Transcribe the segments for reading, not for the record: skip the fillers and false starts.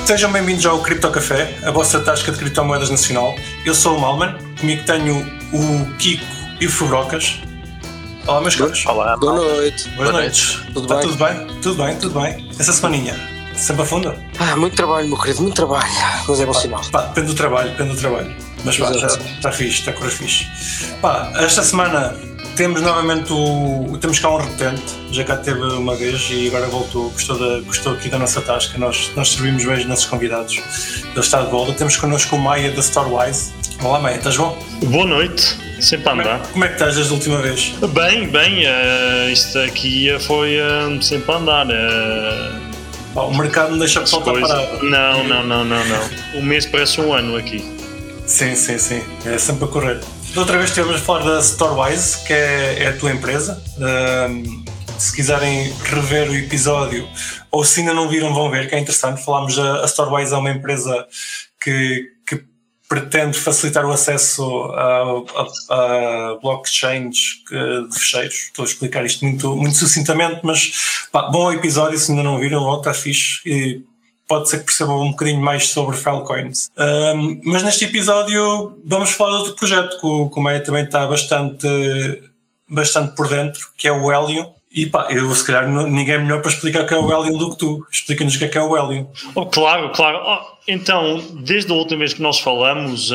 Sejam bem-vindos ao Cripto Café, a vossa tasca de criptomoedas nacional. Eu sou o Malman, comigo tenho o Kiko e o Fubrocas. Olá, meus caros. Olá. Boa noite. Boas noites. Tudo Está bem? Tudo bem. Essa semaninha, sempre a fundo? Muito trabalho, meu querido, muito trabalho. Mas é bom sinal. Depende do trabalho. Mas pá, está fixe, está a correr fixe. Pá, esta semana temos novamente temos cá um repetente, já cá teve uma vez e agora voltou, gostou aqui da nossa tasca, nós servimos bem os nossos convidados, ele está de volta. Temos connosco o Maia da Storewise. Olá Maia, estás bom? Boa noite, sempre a andar. Como é que estás desde a última vez? Bem, isto aqui foi sempre a andar. O mercado não deixa a pessoa estar parado. Não. O mês parece um ano aqui. Sim, é sempre a correr. Da outra vez estivemos a falar da Storewise, que é a tua empresa. Se quiserem rever o episódio, ou se ainda não viram, vão ver, que é interessante. Falámos a Storewise é uma empresa que pretende facilitar o acesso a blockchains de fecheiros. Estou a explicar isto muito sucintamente, mas bom episódio, se ainda não viram, está fixe. E pode ser que percebam um bocadinho mais sobre Filecoins. Mas neste episódio vamos falar de outro projeto que o Maia também está bastante por dentro, que é o Helium. E eu se calhar ninguém é melhor para explicar o que é o Helium do que tu. Explica-nos o que é o Helium. Claro. Então, desde a última vez que nós falamos,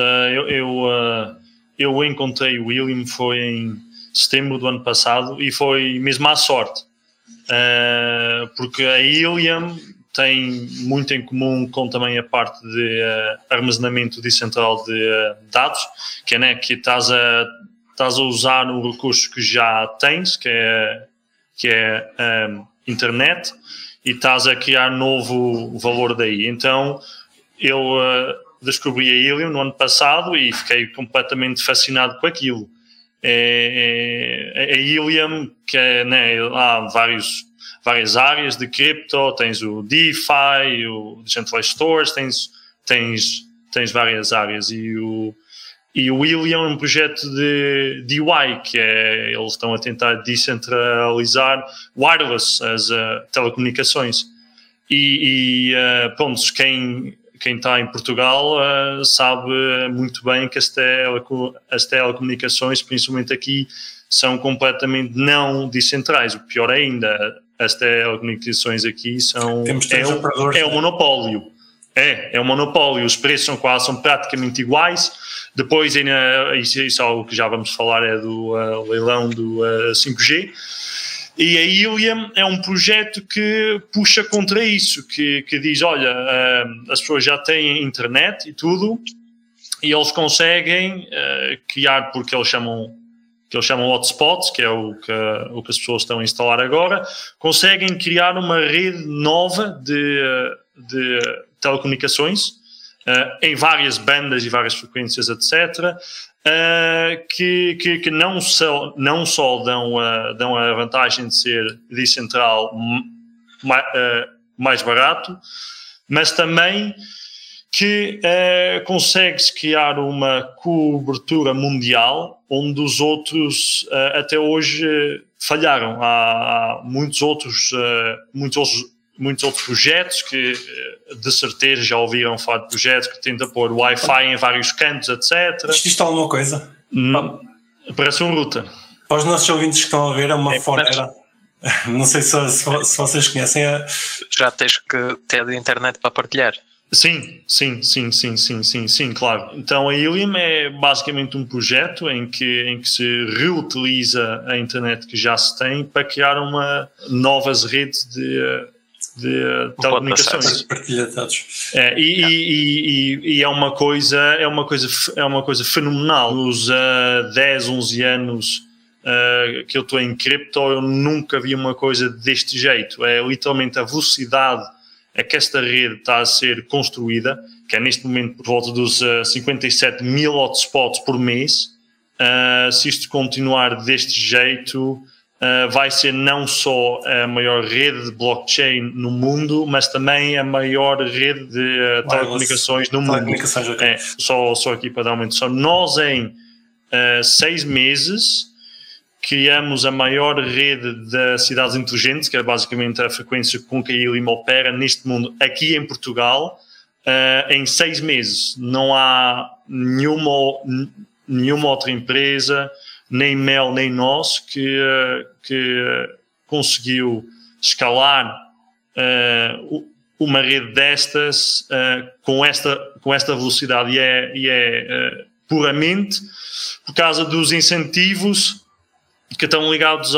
eu encontrei o Helium foi em setembro do ano passado e foi mesmo à sorte. Porque a Helium tem muito em comum com também a parte de armazenamento descentralizado de dados, que é que estás a usar o recurso que já tens, que é internet, e estás a criar novo valor daí. Então, eu descobri a Helium no ano passado e fiquei completamente fascinado com aquilo. A Helium, que há várias áreas de cripto, tens o DeFi, o Decentralized Stores, tens várias áreas, e o Helium é um projeto de DeWi, que eles estão a tentar descentralizar wireless, as telecomunicações, pronto, quem está em Portugal sabe muito bem que as telecomunicações, principalmente aqui, são completamente não descentrais. O pior ainda, as telecomunicações aqui são um monopólio. É um monopólio. Os preços são praticamente iguais. Depois, isso é algo que já vamos falar, é do leilão do 5G. E a Helium é um projeto que puxa contra isso, que diz, olha, as pessoas já têm internet e tudo, e eles conseguem criar, porque eles chamam hotspots, que é o que as pessoas estão a instalar agora, conseguem criar uma rede nova de telecomunicações em várias bandas e várias frequências, etc., que não só dão a vantagem de ser decentral mais barato, mas também que consegue-se criar uma cobertura mundial onde os outros até hoje falharam. Há muitos outros projetos que de certeza já ouviram falar de projetos que tentam pôr Wi-Fi em vários cantos, etc. Isto é alguma coisa? Parece um router. Para os nossos ouvintes que estão a ver, é uma fonera. Não sei se vocês conhecem. Já tens que ter de internet para partilhar. Sim, claro. Então a Helium é basicamente um projeto em que se reutiliza a internet que já se tem para criar novas redes de telecomunicações. Partilha de dados. E é uma coisa fenomenal. Nos 10, 11 anos que eu estou em cripto, eu nunca vi uma coisa deste jeito. É literalmente a velocidade a que esta rede está a ser construída, que é neste momento por volta dos 57 mil hotspots por mês. Se isto continuar deste jeito, vai ser não só a maior rede de blockchain no mundo, mas também a maior rede de telecomunicações no mundo. Okay. Só aqui para dar uma noção. Nós em 6 meses criamos a maior rede das cidades inteligentes, que é basicamente a frequência com que a Helium opera neste mundo, aqui em Portugal, em 6 meses. Não há nenhuma outra empresa, nem Mel, nem nós, que conseguiu escalar uma rede destas com esta velocidade. E é puramente por causa dos incentivos que estão ligados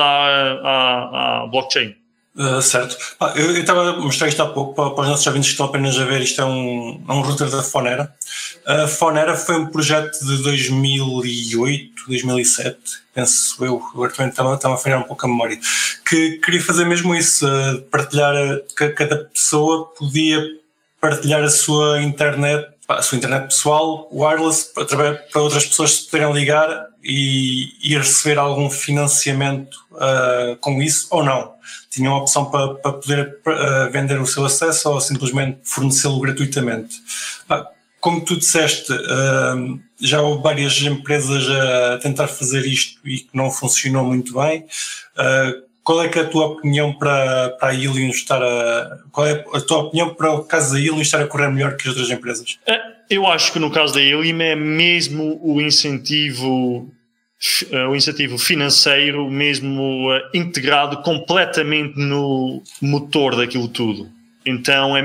à blockchain. Certo. Eu estava a mostrar isto há pouco para os nossos ouvintes que estão apenas a ver. Isto é um router da Fonera. A Fonera foi um projeto de 2008, 2007, penso eu. Agora também estava a falhar um pouco a memória. Que queria fazer mesmo isso, partilhar, que cada pessoa podia partilhar a sua internet pessoal, wireless, para outras pessoas se poderem ligar e receber algum financiamento com isso, ou não. Tinham a opção para poder vender o seu acesso ou simplesmente fornecê-lo gratuitamente. Como tu disseste, já houve várias empresas a tentar fazer isto e que não funcionou muito bem. Qual é que é a tua opinião para a Helium qual é a tua opinião para o caso da Helium estar a correr melhor que as outras empresas? Eu acho que no caso da Helium é mesmo o incentivo financeiro mesmo integrado completamente no motor daquilo tudo. Então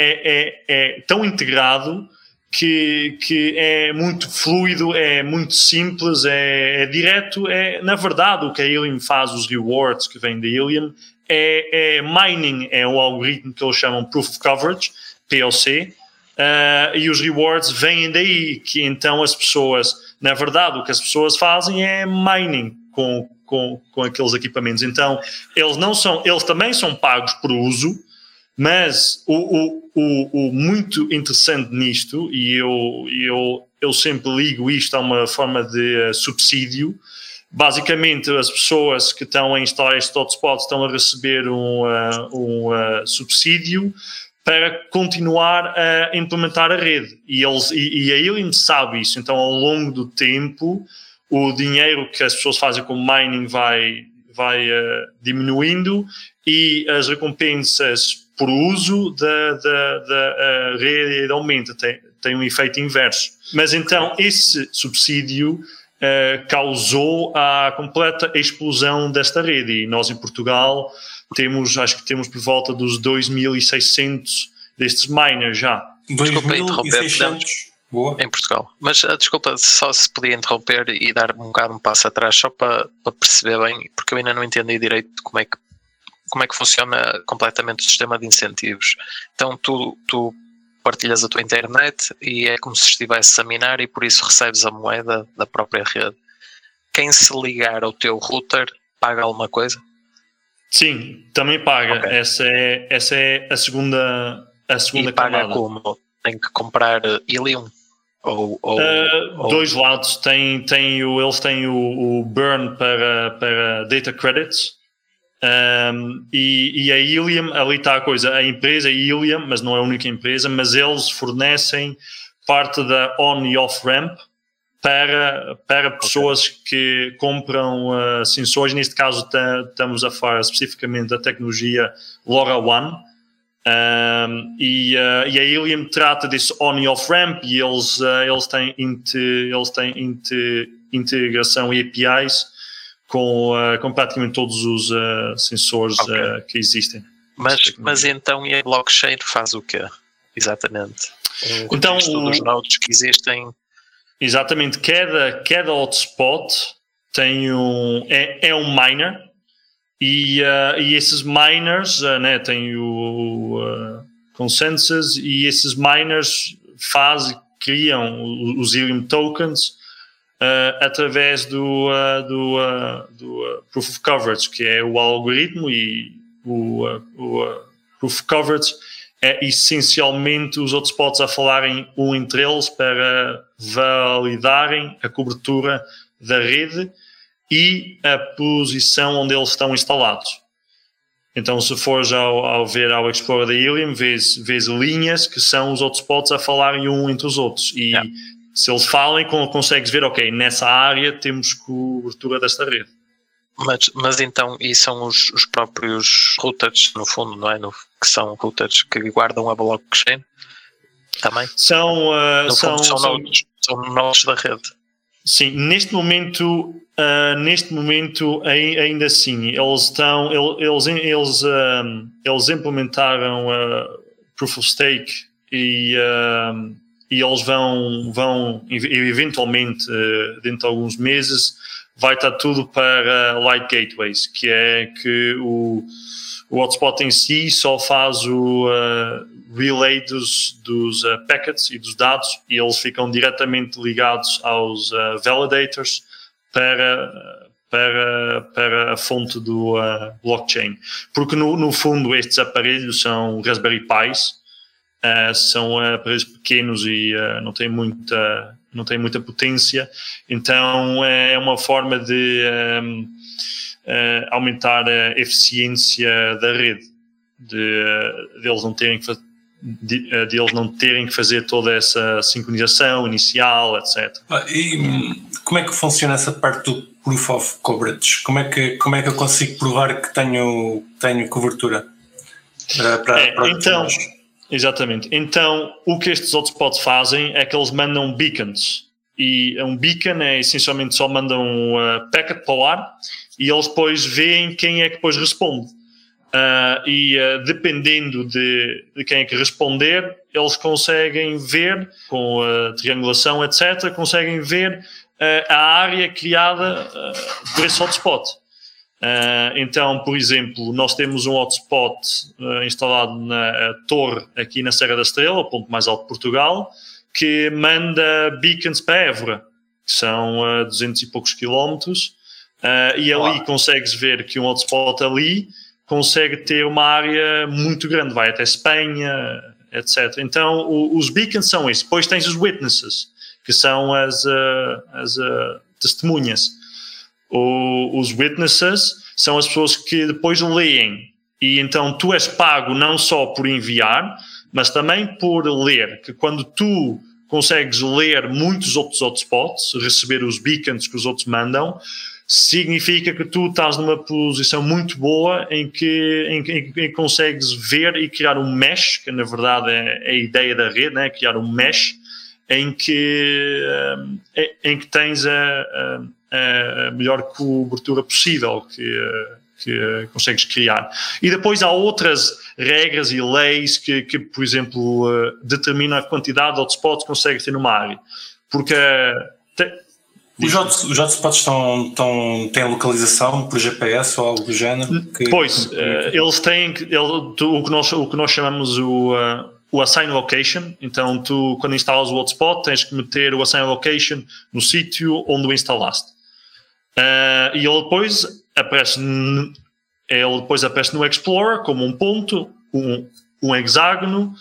é tão integrado que é muito fluido, é muito simples, é direto. Na verdade, o que a Helium faz, os rewards que vêm da Helium, é mining, é o algoritmo que eles chamam Proof of Coverage, POC, e os rewards vêm daí, que então as pessoas, na verdade, o que as pessoas fazem é mining com aqueles equipamentos. Então, eles também são pagos por uso, mas o muito interessante nisto, e eu sempre ligo isto a uma forma de subsídio. Basicamente, as pessoas que estão a instalar estes hotspots estão a receber um subsídio para continuar a implementar a rede. E a Helium sabe isso. Então, ao longo do tempo, o dinheiro que as pessoas fazem com mining vai diminuindo e as recompensas por uso da rede aumenta. Tem um efeito inverso. Mas então, esse subsídio causou a completa explosão desta rede. E nós, em Portugal, acho que temos por volta dos 2.600 destes miners já. 2.600? Boa. Em Portugal. Mas, desculpa, só se podia interromper e dar um bocado um passo atrás, só para perceber bem, porque eu ainda não entendi direito como é que funciona completamente o sistema de incentivos. Então, tu partilhas a tua internet e é como se estivesse a minar e por isso recebes a moeda da própria rede. Quem se ligar ao teu router paga alguma coisa? Sim, também paga. Okay. Essa é a segunda e paga camada. Como? Tem que comprar Helium? Dois lados. Eles têm o burn para data credits. E a Helium, ali está a coisa, a empresa a Helium, mas não é a única empresa, mas eles fornecem parte da on e off ramp para pessoas que compram sensores. Neste caso estamos a falar especificamente da tecnologia LoRaWAN, e a Helium trata desse on e off ramp e eles têm integração e APIs com praticamente todos os sensores que existem. Mas então e a blockchain faz o quê? Exatamente. Então, dos nodes que existem. Exatamente. Cada hotspot tem um miner e esses miners têm o consensus e esses miners criam os Helium tokens através do Proof of Coverage, que é o algoritmo, e o Proof of Coverage é essencialmente os hotspots a falarem entre eles para validarem a cobertura da rede e a posição onde eles estão instalados. Então, se fores ao Explorer da Helium, vês linhas que são os hotspots a falarem entre os outros. E se eles falem, consegues ver, ok, nessa área temos cobertura desta rede. Mas então, e são os próprios routers, no fundo, não é? Que são routers que guardam a blockchain? Também? São nodos da rede. Sim, neste momento ainda assim, eles implementaram Proof of Stake e eles vão eventualmente, dentro de alguns meses, vai estar tudo para Light Gateways, que é que o hotspot em si só faz o relay dos packets e dos dados, e eles ficam diretamente ligados aos validators para a fonte do blockchain. Porque no fundo estes aparelhos são Raspberry Pis, são aparelhos pequenos e não têm muita potência, então é uma forma de aumentar a eficiência da rede, de eles não terem que fazer toda essa sincronização inicial, etc. E como é que funciona essa parte do Proof of Coverage? Como é que eu consigo provar que tenho cobertura para então, exatamente. Então, o que estes hotspots fazem é que eles mandam beacons. E um beacon é essencialmente só mandam um packet para o ar e eles depois veem quem é que depois responde. Dependendo de quem é que responder, eles conseguem ver, com a triangulação, etc., conseguem ver a área criada por esse hotspot. Então, por exemplo, nós temos um hotspot instalado na torre aqui na Serra da Estrela, o ponto mais alto de Portugal, que manda beacons para Évora, que são 200 e poucos quilómetros, e ali consegues ver que um hotspot ali consegue ter uma área muito grande, vai até Espanha, etc. Então, os beacons são esses. Depois tens os witnesses, que são as testemunhas. Os witnesses são as pessoas que depois leem. E então tu és pago não só por enviar, mas também por ler. Que quando tu consegues ler muitos outros hotspots, receber os beacons que os outros mandam, significa que tu estás numa posição muito boa em que consegues ver e criar um mesh, que na verdade é a ideia da rede, né? Criar um mesh em que tens a melhor cobertura possível que consegues criar. E depois há outras regras e leis que por exemplo, determinam a quantidade de hotspots que consegues ter numa área. Porque os hotspots têm localização por GPS ou algo do género? Eles têm o que nós chamamos o assign location. Então tu, quando instalas o hotspot, tens que meter o assign location no sítio onde o instalaste. E ele depois aparece no Explorer como um ponto, um hexágono,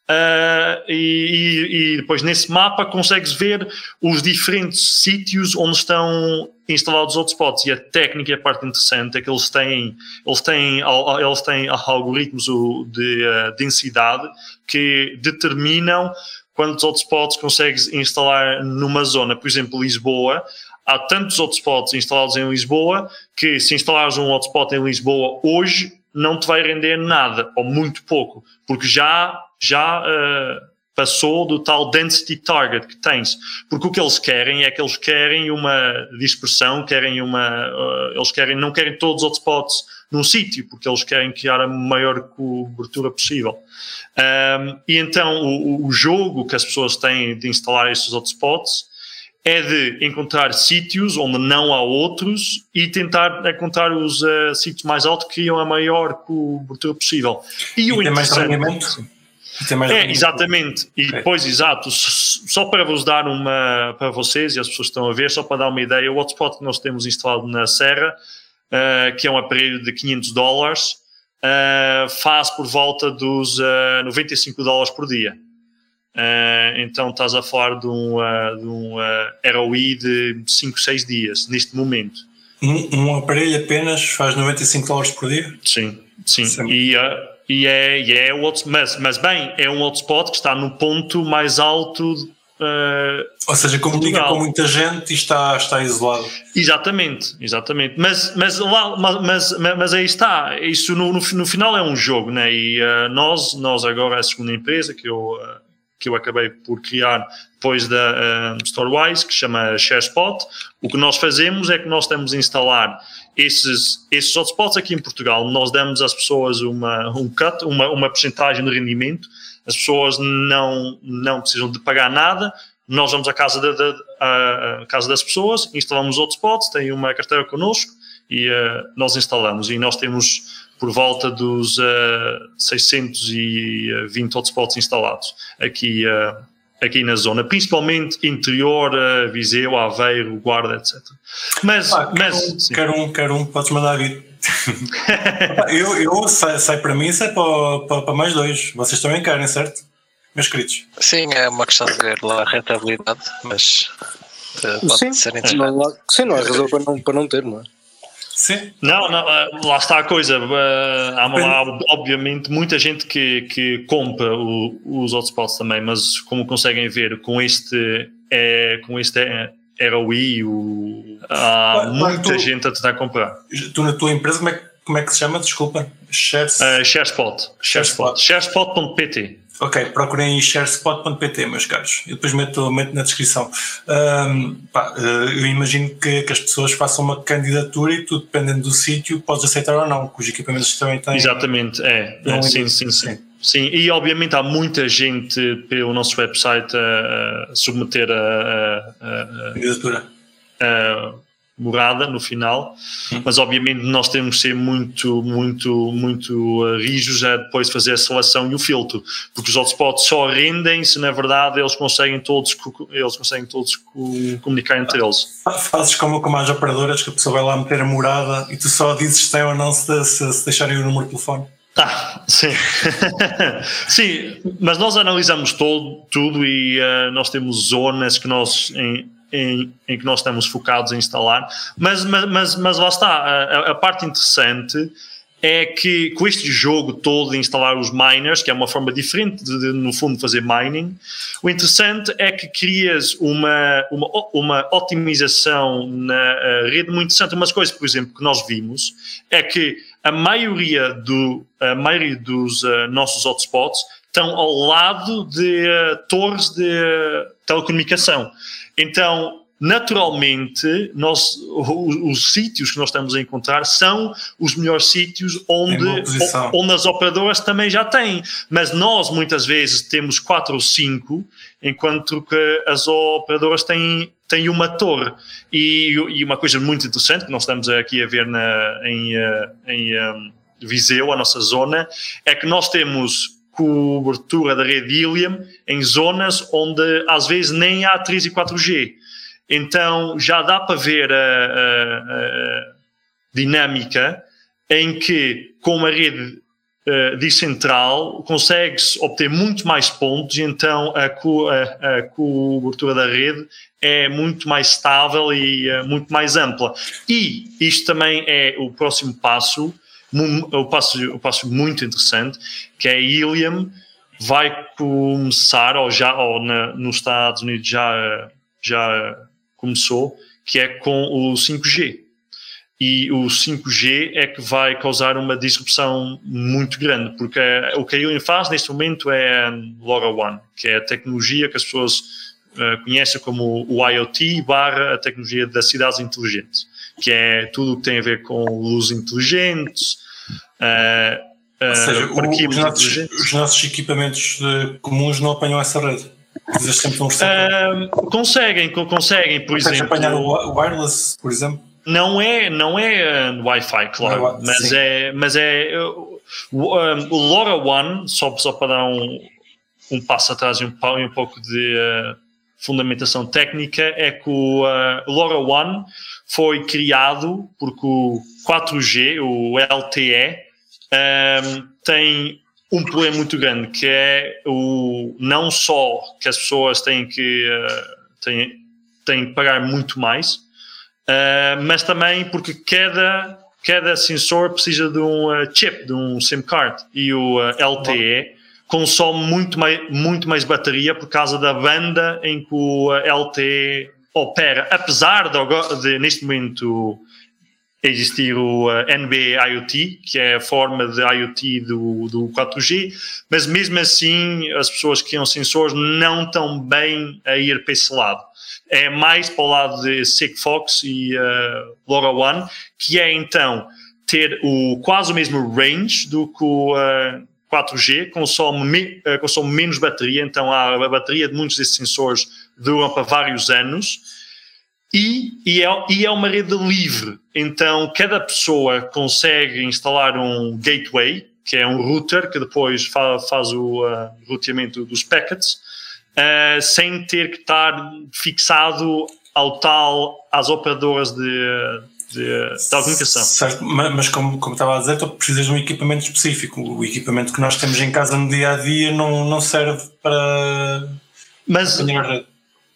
e depois nesse mapa consegues ver os diferentes sítios onde estão instalados os hotspots. E a técnica, a parte interessante, é que eles têm algoritmos de densidade que determinam quantos hotspots consegues instalar numa zona. Por exemplo, Lisboa, há tantos hotspots instalados em Lisboa que se instalares um hotspot em Lisboa hoje não te vai render nada, ou muito pouco, porque já passou do tal density target que tens. Porque o que eles querem é que eles querem uma dispersão, eles não querem todos os hotspots num sítio, porque eles querem criar a maior cobertura possível. E então o jogo que as pessoas têm de instalar esses hotspots é de encontrar sítios onde não há outros e tentar encontrar os sítios mais altos que criam a maior cobertura possível. E o tem mais rendimento? Exatamente. E depois, exato, só para vos dar para vocês e as pessoas que estão a ver, só para dar uma ideia, o hotspot que nós temos instalado na Serra, que é um aparelho de $500, faz por volta dos $95 por dia. Então estás a falar de um ROI de 5, 6 dias neste momento. Um aparelho apenas faz $95 por dia? Sim. Mas bem, é um hotspot que está no ponto mais alto. Ou seja, comunica com muita gente e está isolado. Exatamente. Mas aí está. Isso no final é um jogo, né? E nós agora, a segunda empresa que eu que eu acabei por criar depois da Storewise, que se chama ShareSpot. O que nós fazemos é que nós temos a instalar esses hotspots aqui em Portugal. Nós damos às pessoas uma percentagem de rendimento. As pessoas não precisam de pagar nada. Nós vamos à casa das pessoas, instalamos hotspots, têm uma carteira connosco e nós instalamos. E nós temos por volta dos 620 hotspots instalados aqui na zona, principalmente interior, Viseu, Aveiro, Guarda, etc. Quero um, podes mandar vir. eu sai para mim, sai para mais 2. Vocês também querem, certo, meus queridos? Sim, é uma questão de ver lá a rentabilidade, mas pode ser interessante. Sim, não é razão para não ter, não é? Sim. Não, lá está a coisa. Há obviamente muita gente que compra os hotspots também, mas como conseguem ver com este ROI, há muita gente a tentar comprar. Tu na tua empresa, como é que se chama? Desculpa. ShareSpot. ShareSpot.pt. Ok, procurem sharespot.pt, meus caros. Eu depois meto na descrição. Eu imagino que as pessoas façam uma candidatura e tu, dependendo do sítio, podes aceitar ou não, que os equipamentos também têm... Exatamente, sim. E obviamente há muita gente pelo nosso website a submeter a candidatura. Morada no final, mas obviamente nós temos que ser muito rígidos a depois fazer a seleção e o filtro, porque os hotspots só rendem se na verdade eles conseguem todos comunicar entre eles. Fazes como as operadoras, que a pessoa vai lá meter a morada e tu só dizes se tem ou não se deixarem o número de telefone. Sim. Sim, mas nós analisamos tudo e nós temos zonas que nós em que nós estamos focados em instalar, mas lá está, a parte interessante é que com este jogo todo de instalar os miners, que é uma forma diferente de no fundo fazer mining, o interessante é que crias uma otimização na rede muito interessante. Umas coisas, por exemplo, que nós vimos é que a maioria dos nossos hotspots estão ao lado de torres de telecomunicação. Então, naturalmente, os sítios que nós estamos a encontrar são os melhores sítios onde as operadoras também já têm. Mas nós, muitas vezes, temos 4 ou 5, enquanto que as operadoras têm uma torre. E uma coisa muito interessante que nós estamos aqui a ver em Viseu, a nossa zona, é que nós temos cobertura da rede Ilium em zonas onde às vezes nem há 3 e 4G. Então já dá para ver a dinâmica em que com uma rede decentral consegue-se obter muito mais pontos e então a cobertura da rede é muito mais estável e muito mais ampla. E isto também é o próximo passo, o passo muito interessante, que é a Ilium vai começar, nos Estados Unidos já começou, que é com o 5G. E o 5G é que vai causar uma disrupção muito grande, porque o que a Ilium faz neste momento é a LoRaWAN, que é a tecnologia que as pessoas conhecem como o IoT / a tecnologia das cidades inteligentes, que é tudo o que tem a ver com luzes inteligentes, ou seja, os nossos equipamentos comuns não apanham essa rede. Conseguem, por exemplo. Apanhar o wireless, por exemplo? Não é Wi-Fi, claro, mas é o LoRaWAN, só para dar um passo atrás e um pouco de fundamentação técnica, é que o LoRaWAN foi criado porque o 4G, o LTE, tem um problema muito grande, que é não só que as pessoas têm que pagar muito mais, mas também porque cada sensor precisa de um chip, de um SIM card, e o LTE consome muito mais bateria por causa da banda em que o LTE opera, apesar de neste momento existir o NBA IoT, que é a forma de IoT do 4G, mas mesmo assim as pessoas que criam sensores não estão bem a ir para esse lado. É mais para o lado de Sigfox e LoRaWAN, que é então ter quase o mesmo range do que o 4G, consome menos bateria, então a bateria de muitos desses sensores dura para vários anos, e é uma rede livre, então cada pessoa consegue instalar um gateway, que é um router que depois faz o roteamento dos packets, sem ter que estar fixado às operadoras de comunicação. Certo, mas como estava a dizer, tu precisas de um equipamento específico. O equipamento que nós temos em casa no dia a dia não serve para apanhar a rede.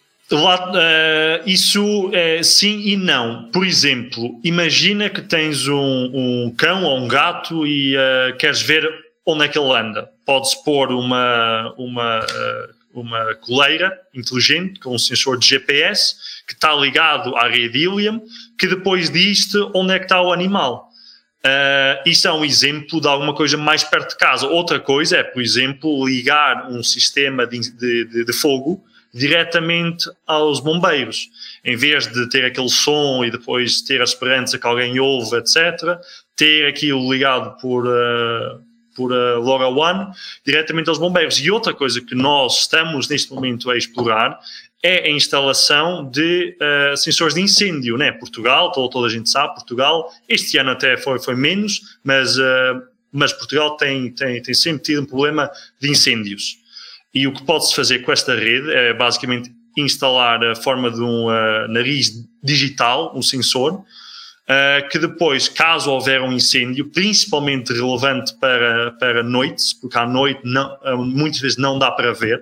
Isso sim e não. Por exemplo, imagina que tens um cão ou um gato e queres ver onde é que ele anda. Podes pôr uma coleira inteligente com um sensor de GPS que está ligado à rede Helium, que depois diz-te onde é que está o animal. Isso é um exemplo de alguma coisa mais perto de casa. Outra coisa é, por exemplo, ligar um sistema de fogo diretamente aos bombeiros. Em vez de ter aquele som e depois ter a esperança que alguém ouve, etc., ter aquilo ligado por LoRaWAN diretamente aos bombeiros. E outra coisa que nós estamos neste momento a explorar é a instalação de sensores de incêndio, né? Portugal, toda a gente sabe, Portugal, este ano até foi menos, mas Portugal tem sempre tido um problema de incêndios. E o que pode-se fazer com esta rede é basicamente instalar a forma de um nariz digital, um sensor, que depois, caso houver um incêndio, principalmente relevante para noites, porque à noite muitas vezes não dá para ver,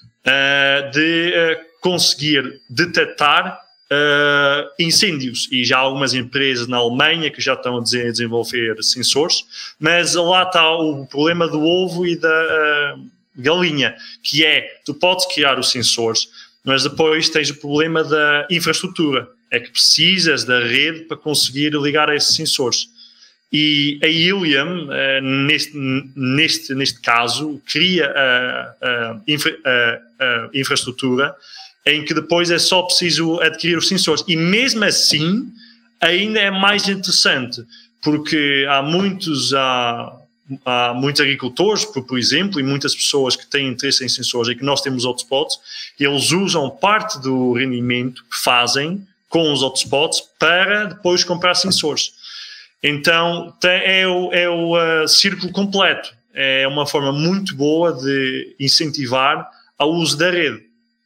de conseguir detectar incêndios. E já há algumas empresas na Alemanha que já estão a desenvolver sensores, mas lá está o problema do ovo e da galinha, que é, tu podes criar os sensores, mas depois tens o problema da infraestrutura, é que precisas da rede para conseguir ligar a esses sensores. E a Helium, neste caso, cria a infraestrutura em que depois é só preciso adquirir os sensores. E mesmo assim, ainda é mais interessante, porque há muitos agricultores, por exemplo, e muitas pessoas que têm interesse em sensores e que nós temos hotspots, eles usam parte do rendimento que fazem com os hotspots para depois comprar sensores. Então é o círculo completo. É uma forma muito boa de incentivar ao uso da rede.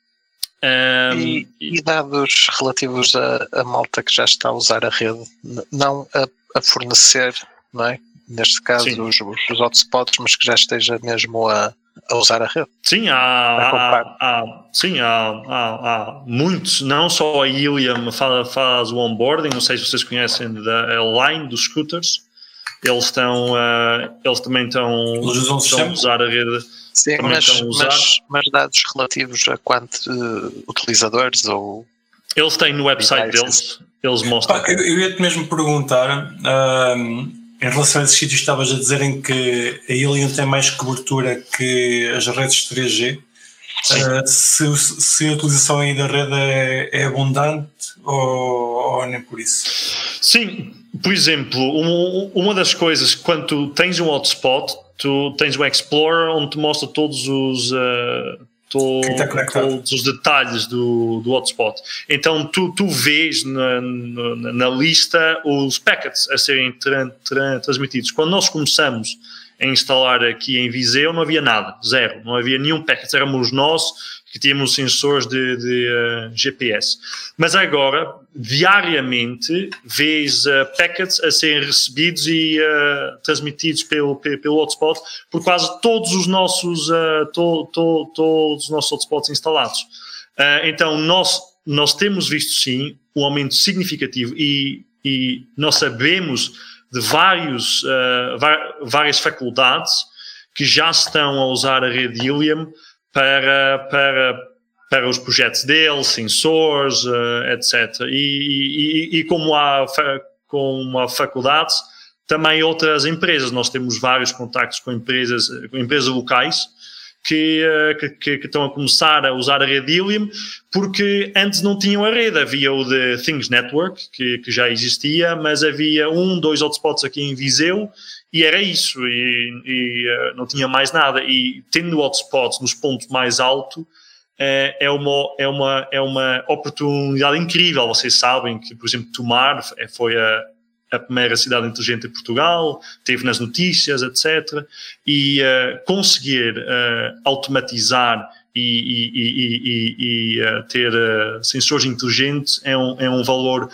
E dados relativos a malta que já está a usar a rede, não a fornecer, não é? Neste caso, os hotspots, mas que já esteja mesmo a usar a rede. Sim, há muitos, não só a Helium faz o onboarding, não sei se vocês conhecem da Line, dos scooters, eles também estão a usar a rede. Sim, mas dados relativos a quantos utilizadores ou... Eles têm no website deles, eles mostram. Eu ia-te mesmo perguntar... Em relação a esses sítios, estavas a dizerem que a Helium tem mais cobertura que as redes 3G. Se a utilização aí da rede é abundante ou nem por isso? Sim, por exemplo, uma das coisas, quando tu tens um hotspot, tu tens um Explorer onde te mostra todos os detalhes do hotspot. Então tu vês na lista os packets a serem transmitidos. Quando nós começamos a instalar aqui em Viseu, não havia nada, zero, não havia nenhum packet, éramos nós que tínhamos sensores de GPS. Mas agora, diariamente, vês packets a serem recebidos e transmitidos pelo hotspot por quase todos os nossos hotspots instalados. Então, nós temos visto, sim, um aumento significativo e nós sabemos de várias faculdades que já estão a usar a rede Helium para os projetos deles, sensores, etc. E como uma faculdade, também outras empresas. Nós temos vários contactos com empresas locais que estão a começar a usar a rede Helium, porque antes não tinham a rede. Havia o de Things Network, que já existia, mas havia 2 hotspots aqui em Viseu, e era isso, e não tinha mais nada. E tendo hotspots nos pontos mais altos, é uma oportunidade incrível. Vocês sabem que, por exemplo, Tomar foi a primeira cidade inteligente em Portugal, teve nas notícias, etc. E conseguir automatizar e ter sensores inteligentes é um valor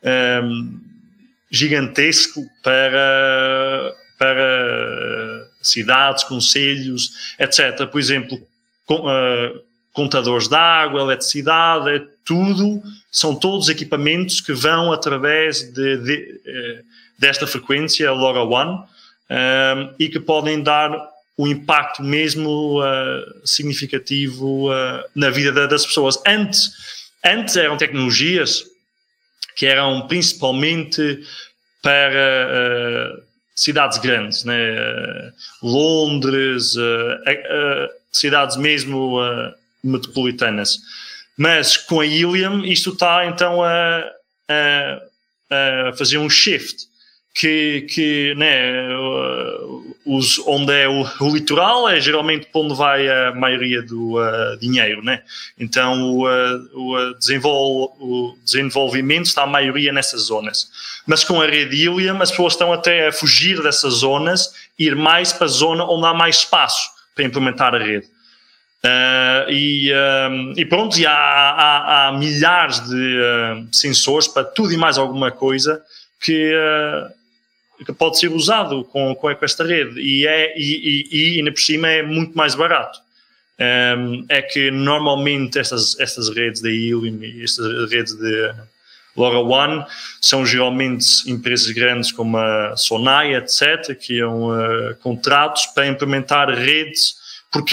gigantesco para cidades, concelhos, etc. Por exemplo, contadores de água, eletricidade, tudo, são todos equipamentos que vão através desta frequência, LoRaWAN, e que podem dar um impacto mesmo significativo na vida das pessoas. Antes eram tecnologias que eram principalmente para cidades grandes, né? Londres, cidades mesmo metropolitanas. Mas com a Helium isto está então a fazer um shift que né, onde é o litoral é geralmente para onde vai a maioria do dinheiro, né? Então o desenvolvimento está a maioria nessas zonas. Mas com a rede Helium as pessoas estão até a fugir dessas zonas e ir mais para a zona onde há mais espaço para implementar a rede. E pronto, e há milhares de sensores para tudo e mais alguma coisa que pode ser usado com esta rede e ainda por cima é muito mais barato. É que normalmente estas redes da Helium e estas redes de LoRaWAN são geralmente empresas grandes como a Sonai, etc., que iam contratos para implementar redes por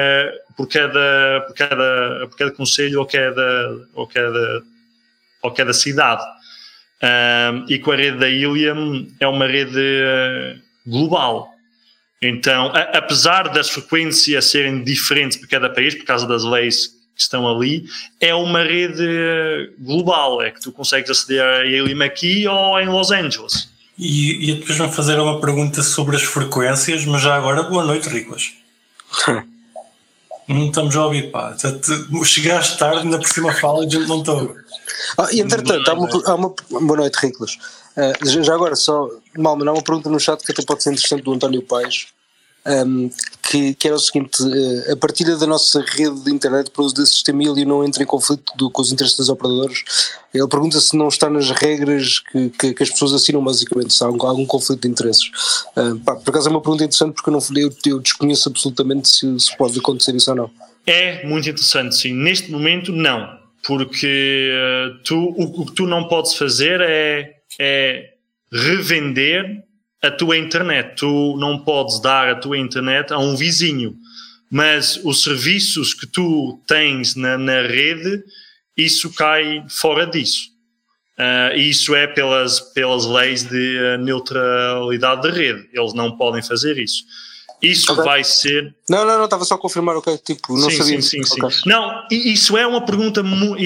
cada concelho ou cada cidade. E com a rede da Helium é uma rede global. Então, apesar das frequências serem diferentes para cada país, por causa das leis que estão ali, é uma rede global. É que tu consegues aceder a Helium aqui ou em Los Angeles. E depois vão fazer uma pergunta sobre as frequências, mas já agora, boa noite, Riclas. Não estamos a ouvir, pá. Chegaste tarde, ainda por cima fala e a gente não estou. E entretanto, há uma boa noite, Riclas. Já agora, só, Malman, há uma pergunta no chat que até pode ser interessante do António Paes, que era o seguinte: a partilha da nossa rede de internet para o uso desse sistema Helium não entra em conflito com os interesses dos operadores? Ele pergunta se não está nas regras que as pessoas assinam, basicamente, se há algum conflito de interesses. Por acaso é uma pergunta interessante, porque eu desconheço absolutamente se pode acontecer isso ou não. É muito interessante, sim. Neste momento, não. Porque o que tu não podes fazer é revender a tua internet. Tu não podes dar a tua internet a um vizinho. Mas os serviços que tu tens na rede, isso cai fora disso. E isso é pelas leis de neutralidade de rede. Eles não podem fazer isso. Isso okay. Vai ser... Não, estava só a confirmar, ok, tipo, não sabia. Sim. Não, isso é uma pergunta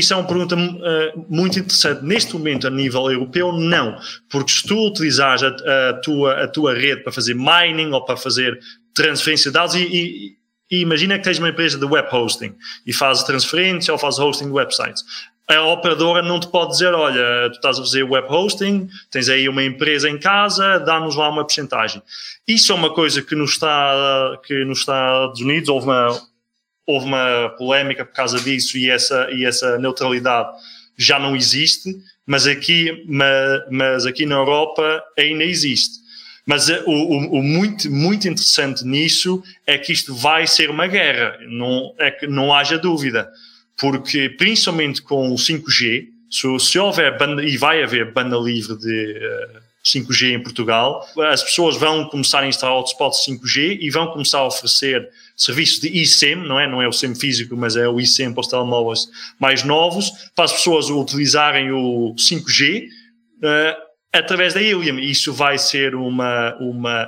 muito interessante. Neste momento, a nível europeu, não. Porque se tu utilizares a tua rede para fazer mining ou para fazer transferência de dados e imagina que tens uma empresa de web hosting e fazes transferência ou fazes hosting de websites. A operadora não te pode dizer, olha, tu estás a fazer web hosting, tens aí uma empresa em casa, dá-nos lá uma porcentagem. Isso é uma coisa que nos Estados Unidos houve uma polémica por causa disso e essa neutralidade já não existe, mas aqui na Europa ainda existe. Mas o muito interessante nisso é que isto vai ser uma guerra, não haja dúvida. Porque, principalmente com o 5G, se houver e vai haver banda livre de 5G em Portugal, as pessoas vão começar a instalar hotspots 5G e vão começar a oferecer serviços de eSIM, não é o SIM físico, mas é o eSIM para os telemóveis mais novos, para as pessoas utilizarem o 5G através da Helium. Isso vai ser uma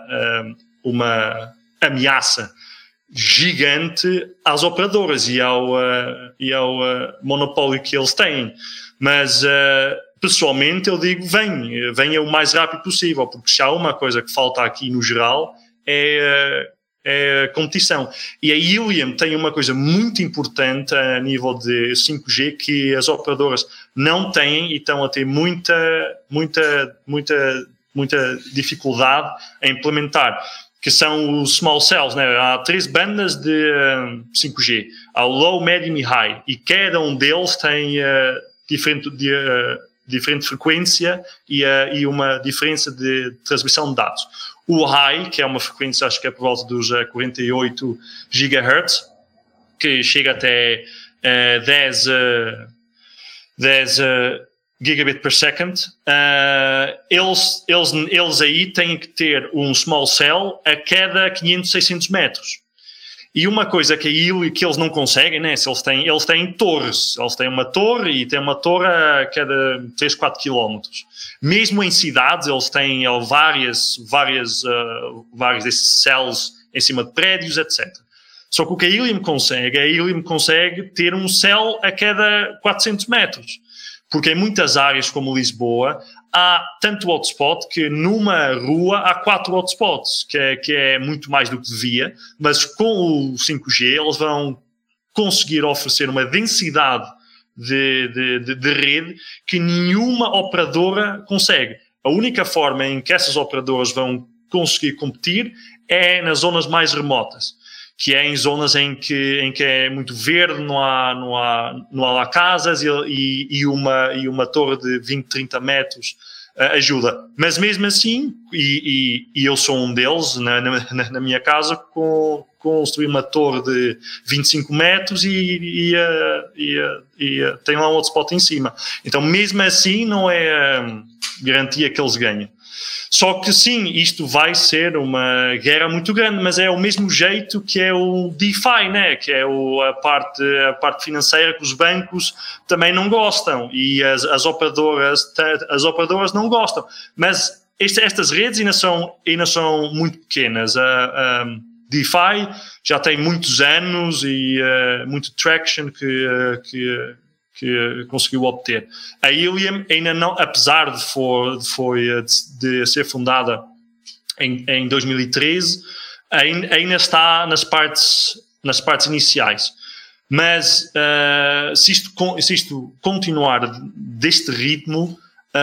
ameaça gigante às operadoras e ao monopólio que eles têm. Mas, pessoalmente, eu digo, venha o mais rápido possível, porque se há uma coisa que falta aqui no geral é competição. E a Helium tem uma coisa muito importante a nível de 5G que as operadoras não têm e estão a ter muita dificuldade a implementar, que são os small cells, né? Há 3 bandas de 5G. Há o low, medium e high. E cada um deles tem diferente frequência e uma diferença de transmissão de dados. O high, que é uma frequência, acho que é por volta dos 48 GHz, que chega até 10 gigabit per second, eles aí têm que ter um small cell a cada 500, 600 metros. E uma coisa que eles não conseguem, né? Eles têm torres. Eles têm uma torre e têm uma torre a cada 3, 4 quilómetros. Mesmo em cidades, eles têm vários desses cells em cima de prédios, etc. Só que o que a Helium consegue ter um cell a cada 400 metros. Porque em muitas áreas como Lisboa há tanto hotspot que numa rua há 4 hotspots, que é muito mais do que devia, mas com o 5G eles vão conseguir oferecer uma densidade de rede que nenhuma operadora consegue. A única forma em que essas operadoras vão conseguir competir é nas zonas mais remotas, que é em zonas em que é muito verde, não há lá casas e uma torre de 20, 30 metros ajuda. Mas mesmo assim, e eu sou um deles, na minha casa, construí uma torre de 25 metros e tem lá um hotspot em cima. Então, mesmo assim, não é garantia que eles ganhem. Só que sim, isto vai ser uma guerra muito grande, mas é o mesmo jeito que é o DeFi, né? Que é a parte financeira que os bancos também não gostam e as operadoras não gostam. Mas estas redes ainda são muito pequenas. A DeFi já tem muitos anos e muito traction que conseguiu obter. A Helium ainda não, apesar de ser fundada em 2013, ainda está nas partes iniciais. Mas se isto continuar deste ritmo,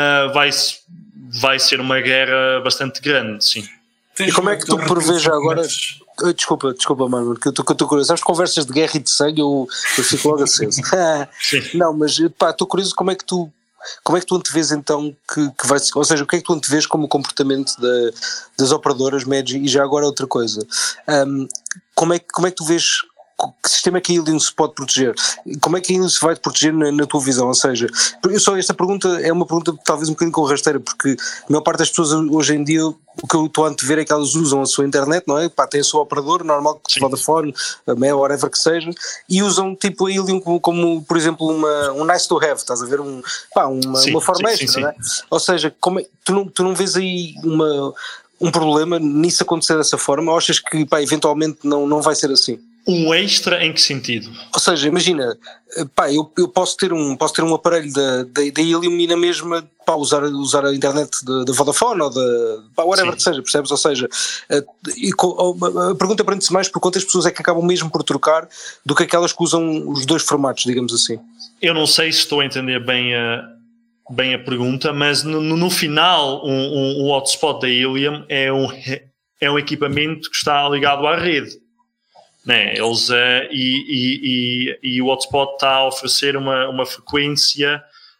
vai ser uma guerra bastante grande, sim. E como é que tu prevês agora? Desculpa, mano, que eu estou curioso. Sabes, conversas de guerra e de sangue, eu fico logo aceso. Não, mas estou curioso como é que tu antevês então que vai ser, ou seja, o que é que tu antevês como comportamento das operadoras médias? E já agora outra coisa, como é que tu vês, que sistema é que a Helium se pode proteger? Como é que a Helium se vai proteger na tua visão? Ou seja, esta pergunta é uma pergunta talvez um bocadinho com rasteira, porque a maior parte das pessoas hoje em dia, o que eu estou a antever é que elas usam a sua internet, não é? Tem o seu operador normal, Vodafone, Mel, whatever que seja, e usam tipo a Helium como por exemplo, um nice to have, estás a ver? Uma forma extra, não é? Ou seja, tu não vês aí um problema nisso acontecer dessa forma, ou achas que eventualmente não vai ser assim? Um extra em que sentido? Ou seja, imagina, eu posso ter um aparelho da Helium e na mesma usar a internet da Vodafone ou whatever que seja, percebes? Ou seja, a pergunta prende-se mais por quantas pessoas é que acabam mesmo por trocar do que aquelas que usam os dois formatos, digamos assim. Eu não sei se estou a entender bem a pergunta, mas no final um hotspot da Helium é um equipamento que está ligado à rede. Né? Eles, e o hotspot está a oferecer uma frequência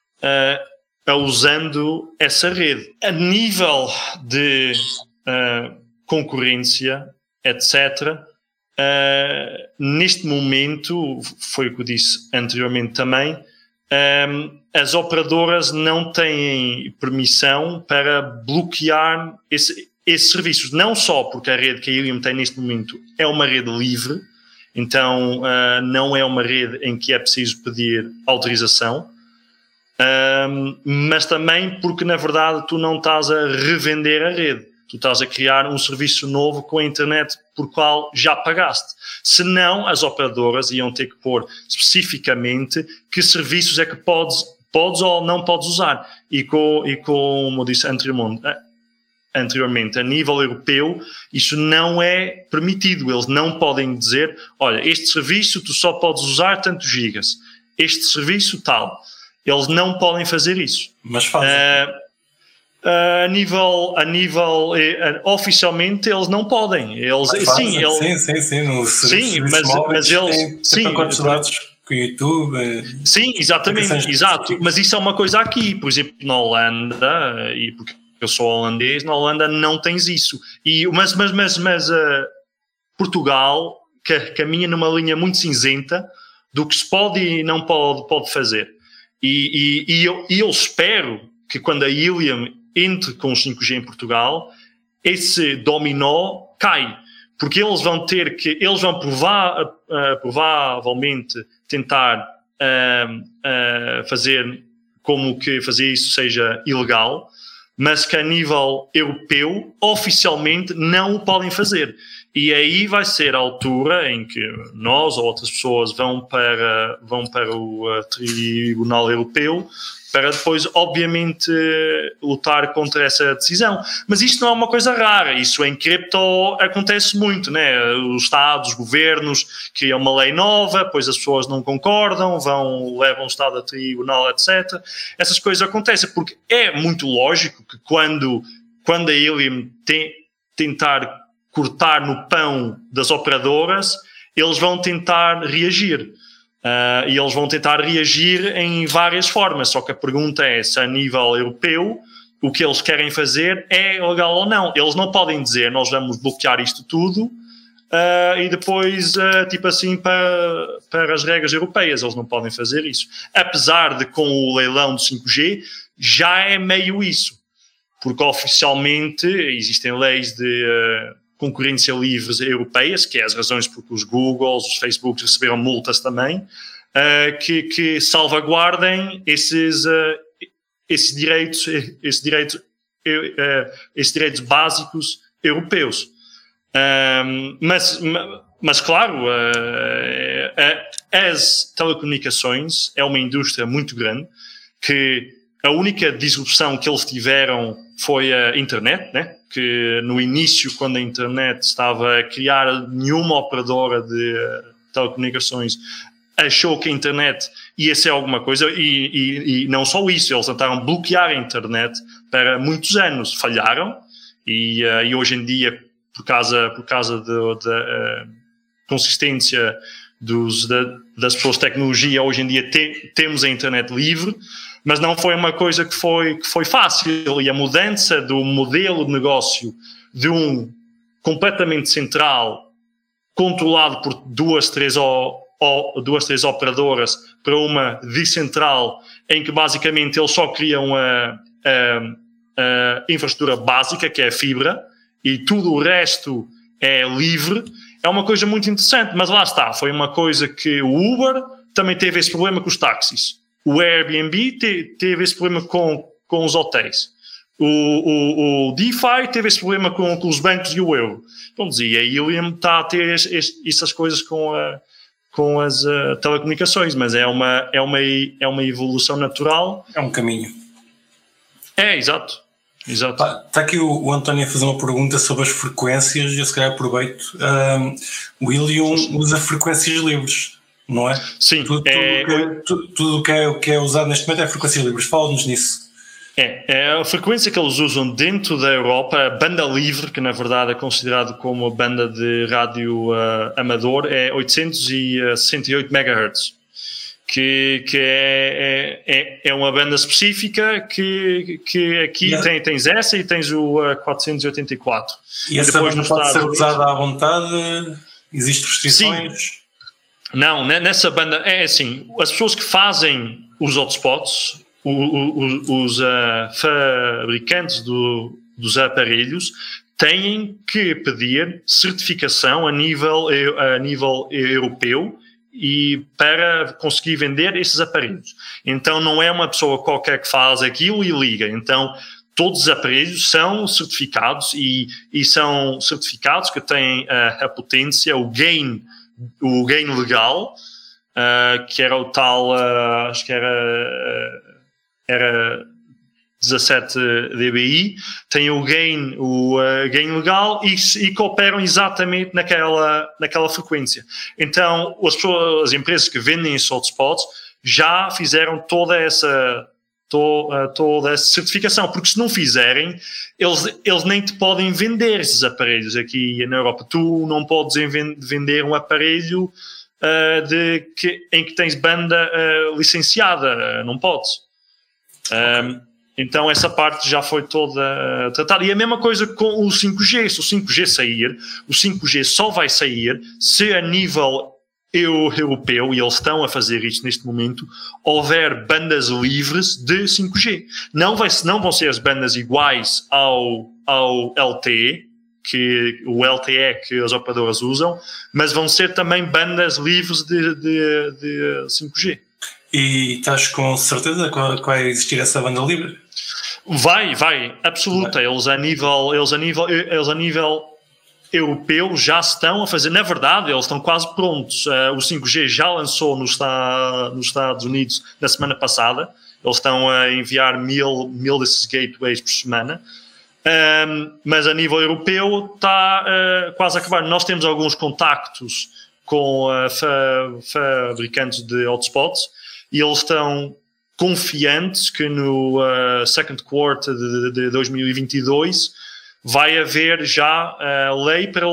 usando essa rede. A nível de concorrência, etc., neste momento, foi o que eu disse anteriormente também, as operadoras não têm permissão para bloquear esses serviços, não só porque a rede que a Helium tem neste momento é uma rede livre, então não é uma rede em que é preciso pedir autorização, mas também porque na verdade tu não estás a revender a rede, tu estás a criar um serviço novo com a internet por qual já pagaste. Senão as operadoras iam ter que pôr especificamente que serviços é que podes ou não podes usar. E como eu disse anteriormente, a nível europeu, isso não é permitido. Eles não podem dizer, olha, este serviço tu só podes usar tantos gigas, este serviço tal. Eles não podem fazer isso. Mas fazem. A nível oficialmente eles não podem. Eles, sim, mas eles têm pacotes de dados com o YouTube. Sim, exatamente, exato. Mas isso é uma coisa aqui, por exemplo, na Holanda, e porque eu sou holandês, na Holanda não tens isso. Mas Portugal caminha numa linha muito cinzenta do que se pode e não pode fazer. E eu espero que quando a Ilium entre com o 5G em Portugal, esse dominó cai, porque eles vão provavelmente tentar fazer como que fazer isso seja ilegal, mas que a nível europeu oficialmente não o podem fazer. E aí vai ser a altura em que nós ou outras pessoas vão para o Tribunal Europeu para depois, obviamente, lutar contra essa decisão. Mas isto não é uma coisa rara. Isso em cripto acontece muito, né? Os Estados, os governos criam uma lei nova, depois as pessoas não concordam, levam o Estado a tribunal, etc. Essas coisas acontecem porque é muito lógico que quando a Ilium tentar cortar no pão das operadoras, eles vão tentar reagir. E eles vão tentar reagir em várias formas, só que a pergunta é se a nível europeu o que eles querem fazer é legal ou não. Eles não podem dizer nós vamos bloquear isto tudo e depois tipo assim para as regras europeias, eles não podem fazer isso. Apesar de com o leilão do 5G já é meio isso, porque oficialmente existem leis de concorrência livres europeias, que é as razões porque os Googles, os Facebooks receberam multas também, que salvaguardem esses direitos básicos europeus. Mas claro, as telecomunicações é uma indústria muito grande, que a única disrupção que eles tiveram foi a internet, né? Que no início, quando a internet estava a criar, nenhuma operadora de telecomunicações achou que a internet ia ser alguma coisa, e não só isso, eles tentaram bloquear a internet para muitos anos, falharam, e hoje em dia, por causa da consistência das pessoas de tecnologia, hoje em dia temos a internet livre, mas não foi uma coisa que foi fácil, e a mudança do modelo de negócio de um completamente central, controlado por duas, três operadoras, para uma decentral, em que basicamente eles só criam a infraestrutura básica, que é a fibra, e tudo o resto é livre, é uma coisa muito interessante. Mas lá está, foi uma coisa que o Uber também teve esse problema com os táxis. O Airbnb teve esse problema com os hotéis. O DeFi teve esse problema com os bancos e o euro. Então dizia, a Ilium está a ter essas coisas com as telecomunicações, mas é uma evolução natural. É um caminho. É, exato. Está aqui o António a fazer uma pergunta sobre as frequências, e eu se calhar aproveito. O Ilium usa frequências livres, não é? Sim. Tudo o que é usado neste momento é frequências livres. Fala-nos nisso. É a frequência que eles usam dentro da Europa, a banda livre, que na verdade é considerado como a banda de rádio amador, é 868 MHz, que é uma banda específica que aqui tens essa e tens o 484. E essa banda pode ser usada à vontade? Existem restrições? Sim. Não, nessa banda é assim, as pessoas que fazem os hotspots, os fabricantes dos aparelhos têm que pedir certificação a nível europeu e para conseguir vender esses aparelhos. Então não é uma pessoa qualquer que faz aquilo e liga. Então todos os aparelhos são certificados e são certificados que têm a potência, o gain legal, que era o tal, acho que era 17 dBi, tem o gain legal e cooperam exatamente naquela frequência. Então as empresas que vendem esses hotspots já fizeram toda essa certificação, porque se não fizerem, eles nem te podem vender esses aparelhos aqui na Europa. Tu não podes vender um aparelho em que tens banda licenciada, não podes. Okay. Então essa parte já foi toda tratada. E a mesma coisa com o 5G. Se o 5G sair, o 5G só vai sair se a nível europeu, e eles estão a fazer isto neste momento, houver bandas livres de 5G. Não vão ser as bandas iguais ao LTE, que o LTE que as operadoras usam, mas vão ser também bandas livres de 5G. E estás com certeza que vai existir essa banda livre? Vai, absoluta. Eles a nível europeu já estão a fazer. Na verdade, eles estão quase prontos. O 5G já lançou nos Estados Unidos na semana passada. Eles estão a enviar 1000 desses gateways por semana. Mas a nível europeu está quase a acabar. Nós temos alguns contactos com fabricantes de hotspots e eles estão confiantes que no second quarter de 2022 vai haver já lei para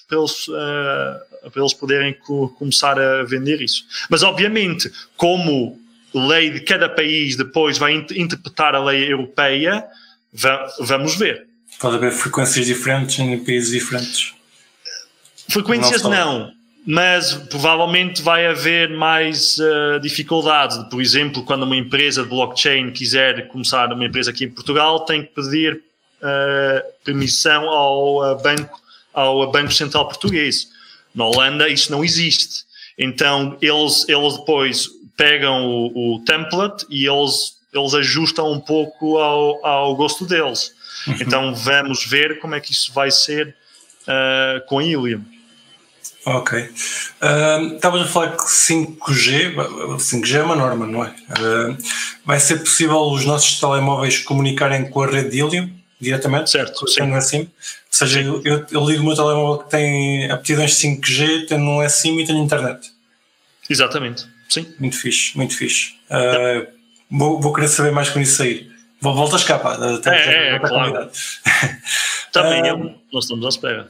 eles poderem começar a vender isso. Mas obviamente, como lei de cada país depois vai interpretar a lei europeia, vamos ver. Pode haver frequências diferentes em países diferentes? Frequências não, mas provavelmente vai haver mais dificuldades. Por exemplo, quando uma empresa de blockchain quiser começar uma empresa aqui em Portugal, tem que pedir permissão ao Banco Central Português. Na Holanda isso não existe. Então eles depois pegam o template e eles ajustam um pouco ao gosto deles. Então vamos ver como é que isso vai ser com a Ilium. Ok. Estavas a falar que 5G é uma norma, não é? Vai ser possível os nossos telemóveis comunicarem com a rede de Ilium diretamente? Certo, sim. No SIM? Ou seja, eu ligo o meu telemóvel que tem aptidões 5G, tenho um SIM e tenho internet. Exatamente, sim. Muito fixe, muito fixe. Vou querer saber mais quando isso sair. Voltas cá, pá. Claro. Também nós estamos à espera.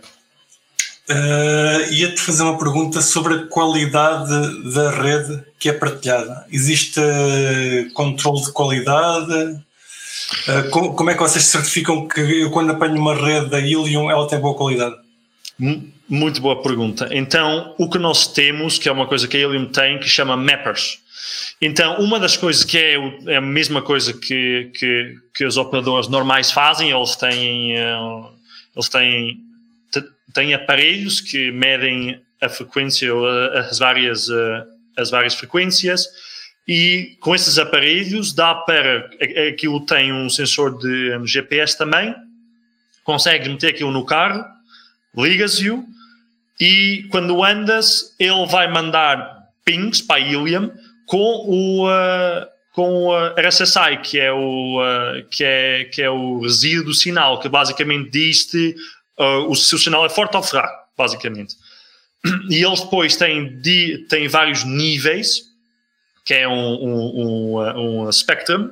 Ia-te fazer uma pergunta sobre a qualidade da rede que é partilhada. Existe controle de qualidade? Como é que vocês certificam que eu, quando apanho uma rede da Ilium, ela tem boa qualidade? Muito boa pergunta. Então, o que nós temos, que é uma coisa que a Ilium tem, que chama mappers. Então, uma das coisas que é a mesma coisa que os operadores normais fazem, eles têm aparelhos que medem a frequência, as várias frequências, e com esses aparelhos aquilo tem um sensor de GPS também, consegues meter aquilo no carro, ligas-o e quando andas ele vai mandar pings para a Ilium com o RSSI, que é o resíduo do sinal, que basicamente diz-te se o sinal é forte ou fraco, basicamente. E eles depois têm vários níveis, que é um spectrum,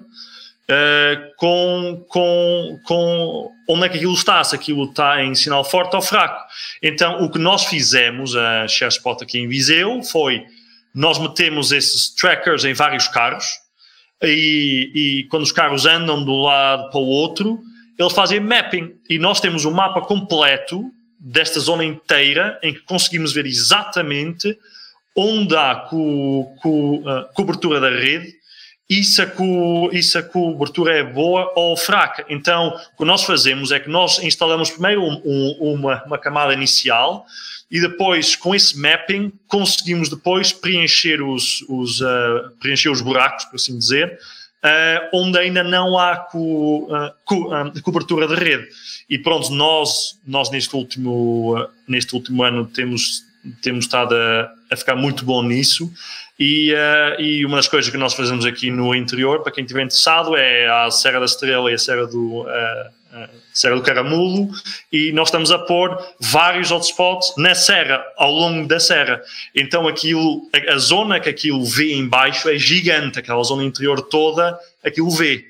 com onde é que aquilo está, se aquilo está em sinal forte ou fraco. Então, o que nós fizemos, a ShareSpot aqui em Viseu, foi nós metemos esses trackers em vários carros e quando os carros andam de um lado para o outro, eles fazem mapping e nós temos um mapa completo desta zona inteira em que conseguimos ver exatamente onde há cobertura da rede e se a cobertura é boa ou fraca. Então, o que nós fazemos é que nós instalamos primeiro uma camada inicial e depois, com esse mapping, conseguimos depois preencher os buracos, por assim dizer, onde ainda não há cobertura de rede. E pronto, nós neste último ano temos estado a ficar muito bom nisso. E uma das coisas que nós fazemos aqui no interior, para quem estiver interessado, é a Serra da Estrela e a Serra do Caramulo, e nós estamos a pôr vários hotspots na serra, ao longo da serra. Então a zona que aquilo vê em baixo é gigante, aquela zona interior toda, aquilo vê.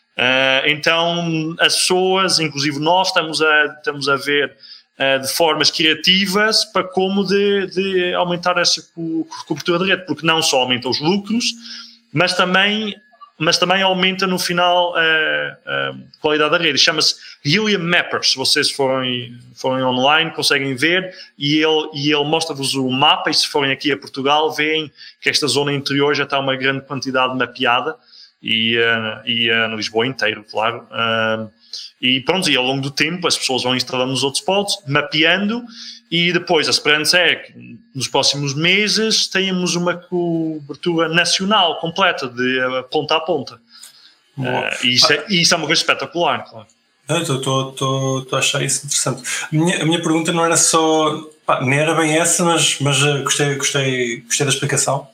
Então as pessoas, inclusive nós, estamos a ver de formas criativas para como de aumentar essa cobertura de rede, porque não só aumenta os lucros, mas também aumenta no final a qualidade da rede. Chama-se Helium Mapper. Se vocês forem online, conseguem ver, e ele mostra-vos o mapa, e se forem aqui a Portugal, veem que esta zona interior já está uma grande quantidade mapeada, e no Lisboa inteiro, claro. E pronto, e ao longo do tempo as pessoas vão instalando os hotspots, mapeando, e depois a esperança é que nos próximos meses tenhamos uma cobertura nacional completa, de ponta a ponta. E isso é uma coisa espetacular, claro. Estou a achar isso interessante. A minha pergunta não era só... nem era bem essa, mas gostei da explicação.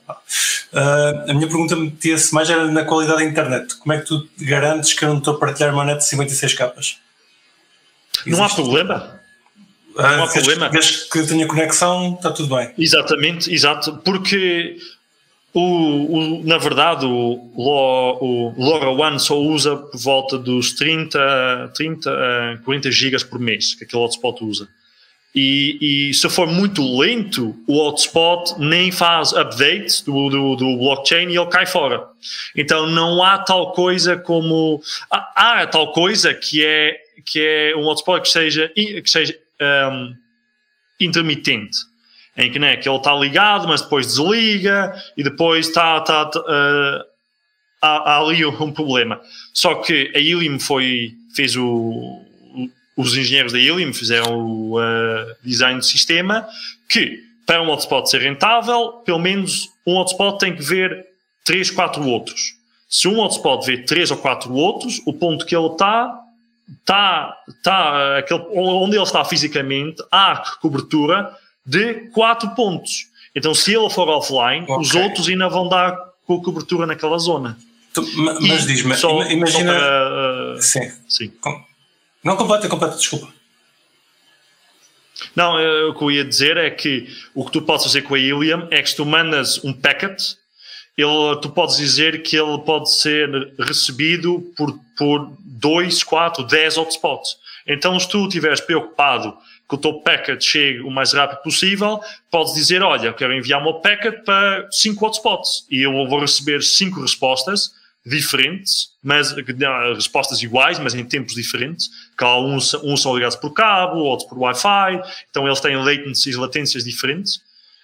A minha pergunta metia-se mais era na qualidade da internet. Como é que tu garantes que eu não estou a partilhar uma net de 56 capas? Não há problema. Não há problema. Desde que tenha conexão, está tudo bem. Exatamente, exato. Porque, na verdade, o LoRaWAN só usa por volta dos 30 a 40 gigas por mês, que aquele hotspot usa. E se for muito lento, o hotspot nem faz update do blockchain e ele cai fora. Então não há tal coisa como... Há tal coisa que é um hotspot que seja intermitente, em que, né, que ele está ligado, mas depois desliga, e depois há ali um problema. Só que a Helium fez os engenheiros da Helium fizeram o design do sistema que, para um hotspot ser rentável, pelo menos um hotspot tem que ver 3, 4 outros. Se um hotspot vê 3 ou 4 outros, o ponto que ele está onde ele está fisicamente, há cobertura de 4 pontos. Então, se ele for offline, os outros ainda vão dar cobertura naquela zona. Mas diz-me, imagina... Sim. Não, completa, desculpa. Não, o que eu ia dizer é que o que tu podes fazer com a Helium é que se tu mandas um packet, tu podes dizer que ele pode ser recebido por 2, 4, 10 hotspots. Então, se tu estiveres preocupado que o teu packet chegue o mais rápido possível, podes dizer, olha, eu quero enviar o meu packet para 5 hotspots e eu vou receber 5 respostas diferentes, mas respostas iguais, mas em tempos diferentes. Uns são ligados por cabo, outros por Wi-Fi, então eles têm latências diferentes.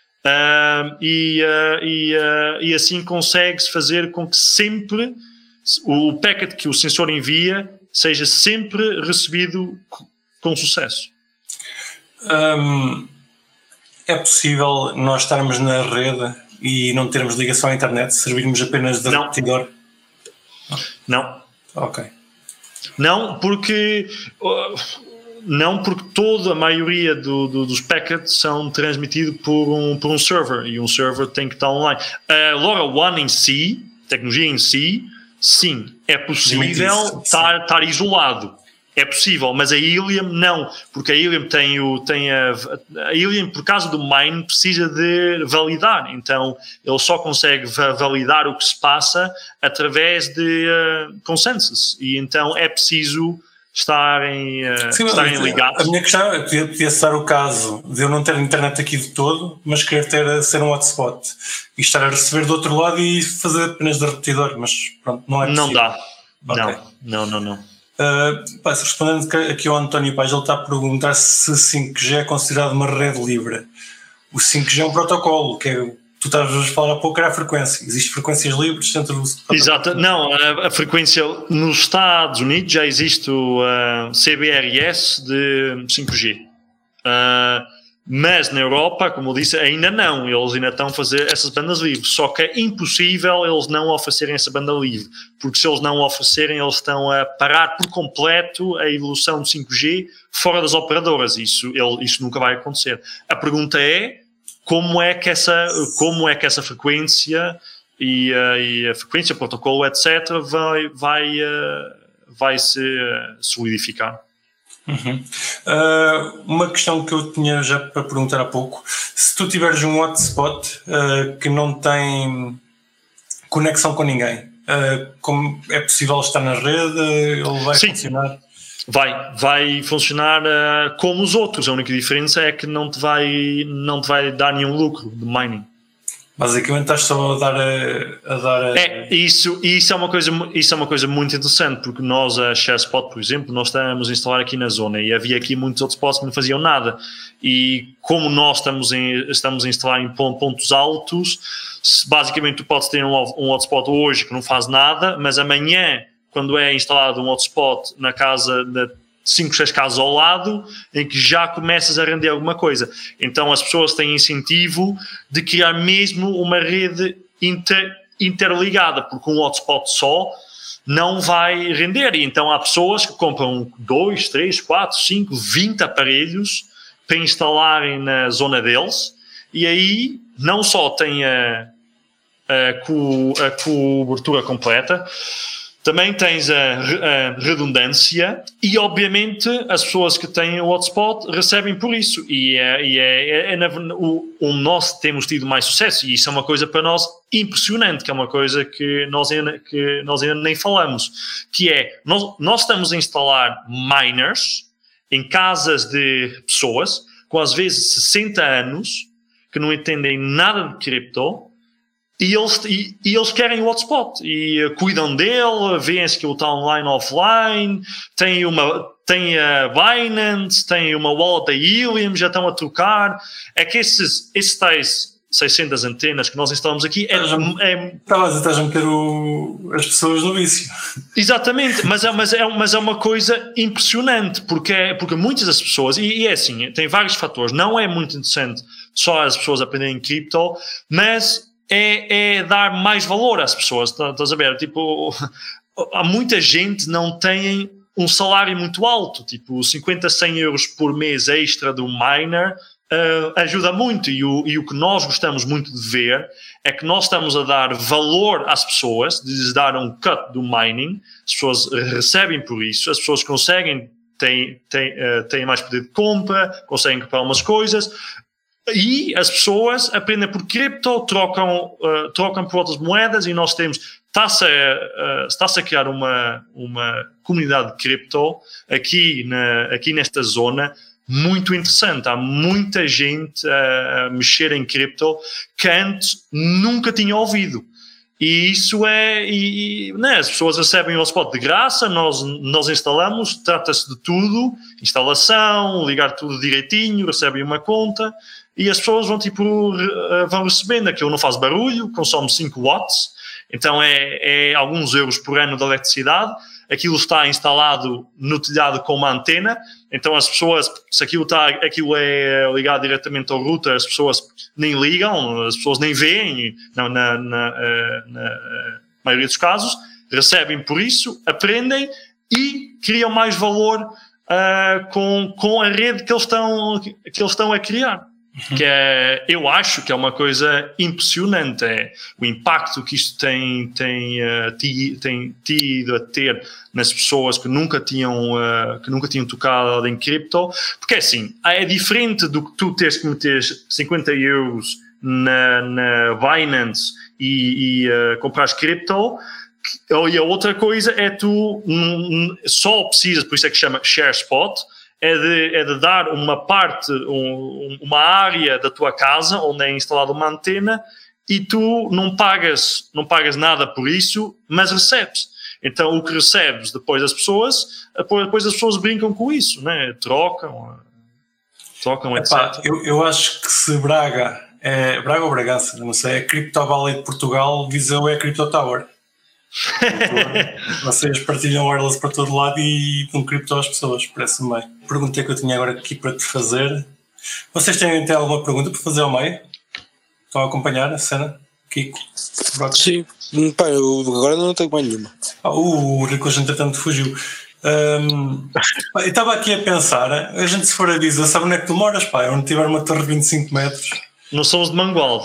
E assim consegue-se fazer com que sempre o packet que o sensor envia seja sempre recebido com sucesso. É possível nós estarmos na rede e não termos ligação à internet, servirmos apenas de repetidor? Não. Ok. Não, porque toda a maioria dos packets são transmitidos por um server, e um server tem que estar online. A LoRaWAN em si, a tecnologia em si, sim, é possível estar isolado. É possível, mas a Helium não, porque a Helium a Helium, por causa do mine, precisa de validar. Então, ele só consegue validar o que se passa através de consensus. E então é preciso estarem ligados. A minha questão é que podia ser o caso de eu não ter internet aqui de todo, mas querer ser um hotspot e estar a receber do outro lado e fazer apenas de repetidor, mas pronto, não é possível. Não dá. Okay. Não. Respondendo aqui ao António Pais, ele está a perguntar se 5G é considerado uma rede livre. O 5G é um protocolo que tu estás a falar há pouco, era a frequência. Existem frequências livres dentro do... Exato. Não, a frequência nos Estados Unidos já existe o CBRS de 5G. Mas na Europa, como eu disse, ainda não. Eles ainda estão a fazer essas bandas livres. Só que é impossível eles não oferecerem essa banda livre. Porque se eles não oferecerem, eles estão a parar por completo a evolução do 5G fora das operadoras. Isso nunca vai acontecer. A pergunta é como é que essa frequência e a frequência, protocolo, etc. vai se solidificar. Uhum. Uma questão que eu tinha já para perguntar há pouco: se tu tiveres um hotspot que não tem conexão com ninguém, como é possível estar na rede? Ele vai funcionar? Vai funcionar como os outros. A única diferença é que não te vai dar nenhum lucro de mining. Basicamente estás só a dar Isso é uma coisa muito interessante, porque nós, a ShareSpot, por exemplo, nós estamos a instalar aqui na zona e havia aqui muitos hotspots que não faziam nada. E como nós estamos a instalar em pontos altos, basicamente tu podes ter um hotspot hoje que não faz nada, mas amanhã, quando é instalado um hotspot na casa de 5, 6 casas ao lado, em que já começas a render alguma coisa. Então as pessoas têm incentivo de criar mesmo uma rede interligada, porque um hotspot só não vai render. E então há pessoas que compram 2, 3, 4, 5, 20 aparelhos para instalarem na zona deles, e aí não só tem a cobertura completa, também tens a redundância e, obviamente, as pessoas que têm o hotspot recebem por isso. Onde nós temos tido mais sucesso, e isso é uma coisa para nós impressionante, que é uma coisa que nós ainda nem falamos, que é, nós estamos a instalar miners em casas de pessoas com, às vezes, 60 anos, que não entendem nada de cripto, e eles querem o hotspot e cuidam dele, veem-se que ele está online, offline, tem a Binance, tem uma wallet da Helium, já estão a trocar. É que esses tais 600 antenas que nós instalamos aqui estás a meter as pessoas no vício. Exatamente, mas é uma coisa impressionante, porque muitas das pessoas, e é assim, tem vários fatores, não é muito interessante só as pessoas aprenderem cripto, mas é dar mais valor às pessoas. Estás a ver? Tipo, há muita gente não tem um salário muito alto, tipo 50, 100 euros por mês extra do miner ajuda muito, e o que nós gostamos muito de ver é que nós estamos a dar valor às pessoas, de lhes dar um cut do mining, as pessoas recebem por isso, as pessoas conseguem, têm mais poder de compra, conseguem comprar umas coisas. E as pessoas aprendem por cripto, trocam por outras moedas, e nós está-se a criar uma comunidade de cripto aqui nesta zona muito interessante. Há muita gente a mexer em cripto que antes nunca tinha ouvido. E isso as pessoas recebem o hotspot de graça, nós instalamos, trata-se de tudo, instalação, ligar tudo direitinho, recebem uma conta, e as pessoas vão recebendo. Aquilo não faz barulho, consome 5 watts, então é alguns euros por ano de eletricidade. Aquilo está instalado no telhado com uma antena, então as pessoas, se aquilo é ligado diretamente ao router, as pessoas nem ligam, as pessoas nem veem, na maioria dos casos, recebem por isso, aprendem e criam mais valor com a rede que eles estão a criar. Que eu acho que é uma coisa impressionante, o impacto que isto tem tido a ter nas pessoas que nunca tinham tocado em cripto, porque assim, é diferente do que tu teres que meter 50 euros na Binance e comprares cripto. E a outra coisa é tu só precisas, por isso é que chama ShareSpot, é de dar uma parte, uma área da tua casa onde é instalada uma antena, e tu não pagas nada por isso, mas recebes. Então o que recebes depois as pessoas brincam com isso, né? Trocam, etc. Eu acho que se Braga É Braga ou Bragança, não sei. É Crypto Valley de Portugal, Viseu é Crypto Tower. Vocês partilham wireless para todo lado e dão cripto às pessoas, parece-me bem. Pergunta que eu tinha agora aqui para te fazer. Vocês têm alguma pergunta para fazer ao meio? Estão a acompanhar a cena? Kiko? Brock? Sim, pá, eu agora não tenho mais nenhuma. O Rico, entretanto, fugiu. Eu estava aqui a pensar, a gente se for a Visa, sabe onde é que tu moras, pá? É onde tiver uma torre de 25 metros. Não somos de Mangualde.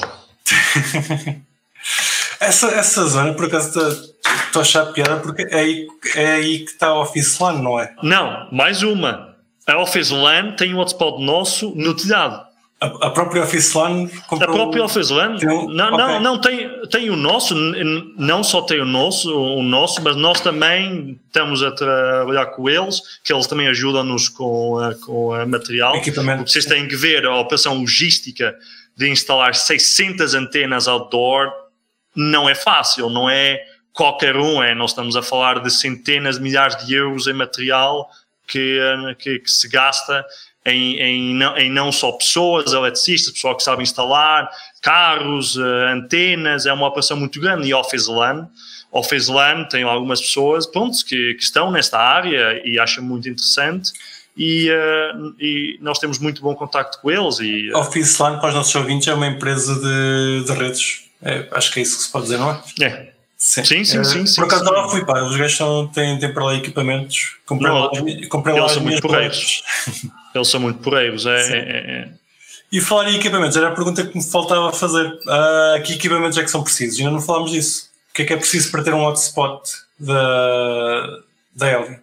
Essa zona, por acaso, estou a achar piada, porque é aí que está a Office LAN, não é? Não, mais uma. A Office LAN tem um hotspot nosso no telhado. A própria Office LAN comprou... A própria Office LAN? Não, tem o nosso, não só tem o nosso, mas nós também estamos a trabalhar com eles, que eles também ajudam-nos com material. Equipamento. Vocês têm que ver a operação logística de instalar 600 antenas outdoor, não é fácil, não é qualquer um, nós estamos a falar de centenas de milhares de euros em material que se gasta em não só pessoas, eletricistas, pessoal que sabe instalar, carros, antenas, é uma operação muito grande. E Office LAN tem algumas pessoas que estão nesta área e acham muito interessante e nós temos muito bom contacto com eles. Office LAN, para os nossos ouvintes, é uma empresa de redes. Acho que é isso que se pode dizer, não é? É. Sim. Por acaso não fui, pá, os gajos têm para lá equipamentos. Comprei lá eles são muito porreiros. Eles são muito porreiros. E falar em equipamentos, era a pergunta que me faltava fazer. Que equipamentos é que são precisos? Ainda não falámos disso. O que é preciso para ter um hotspot da Helio?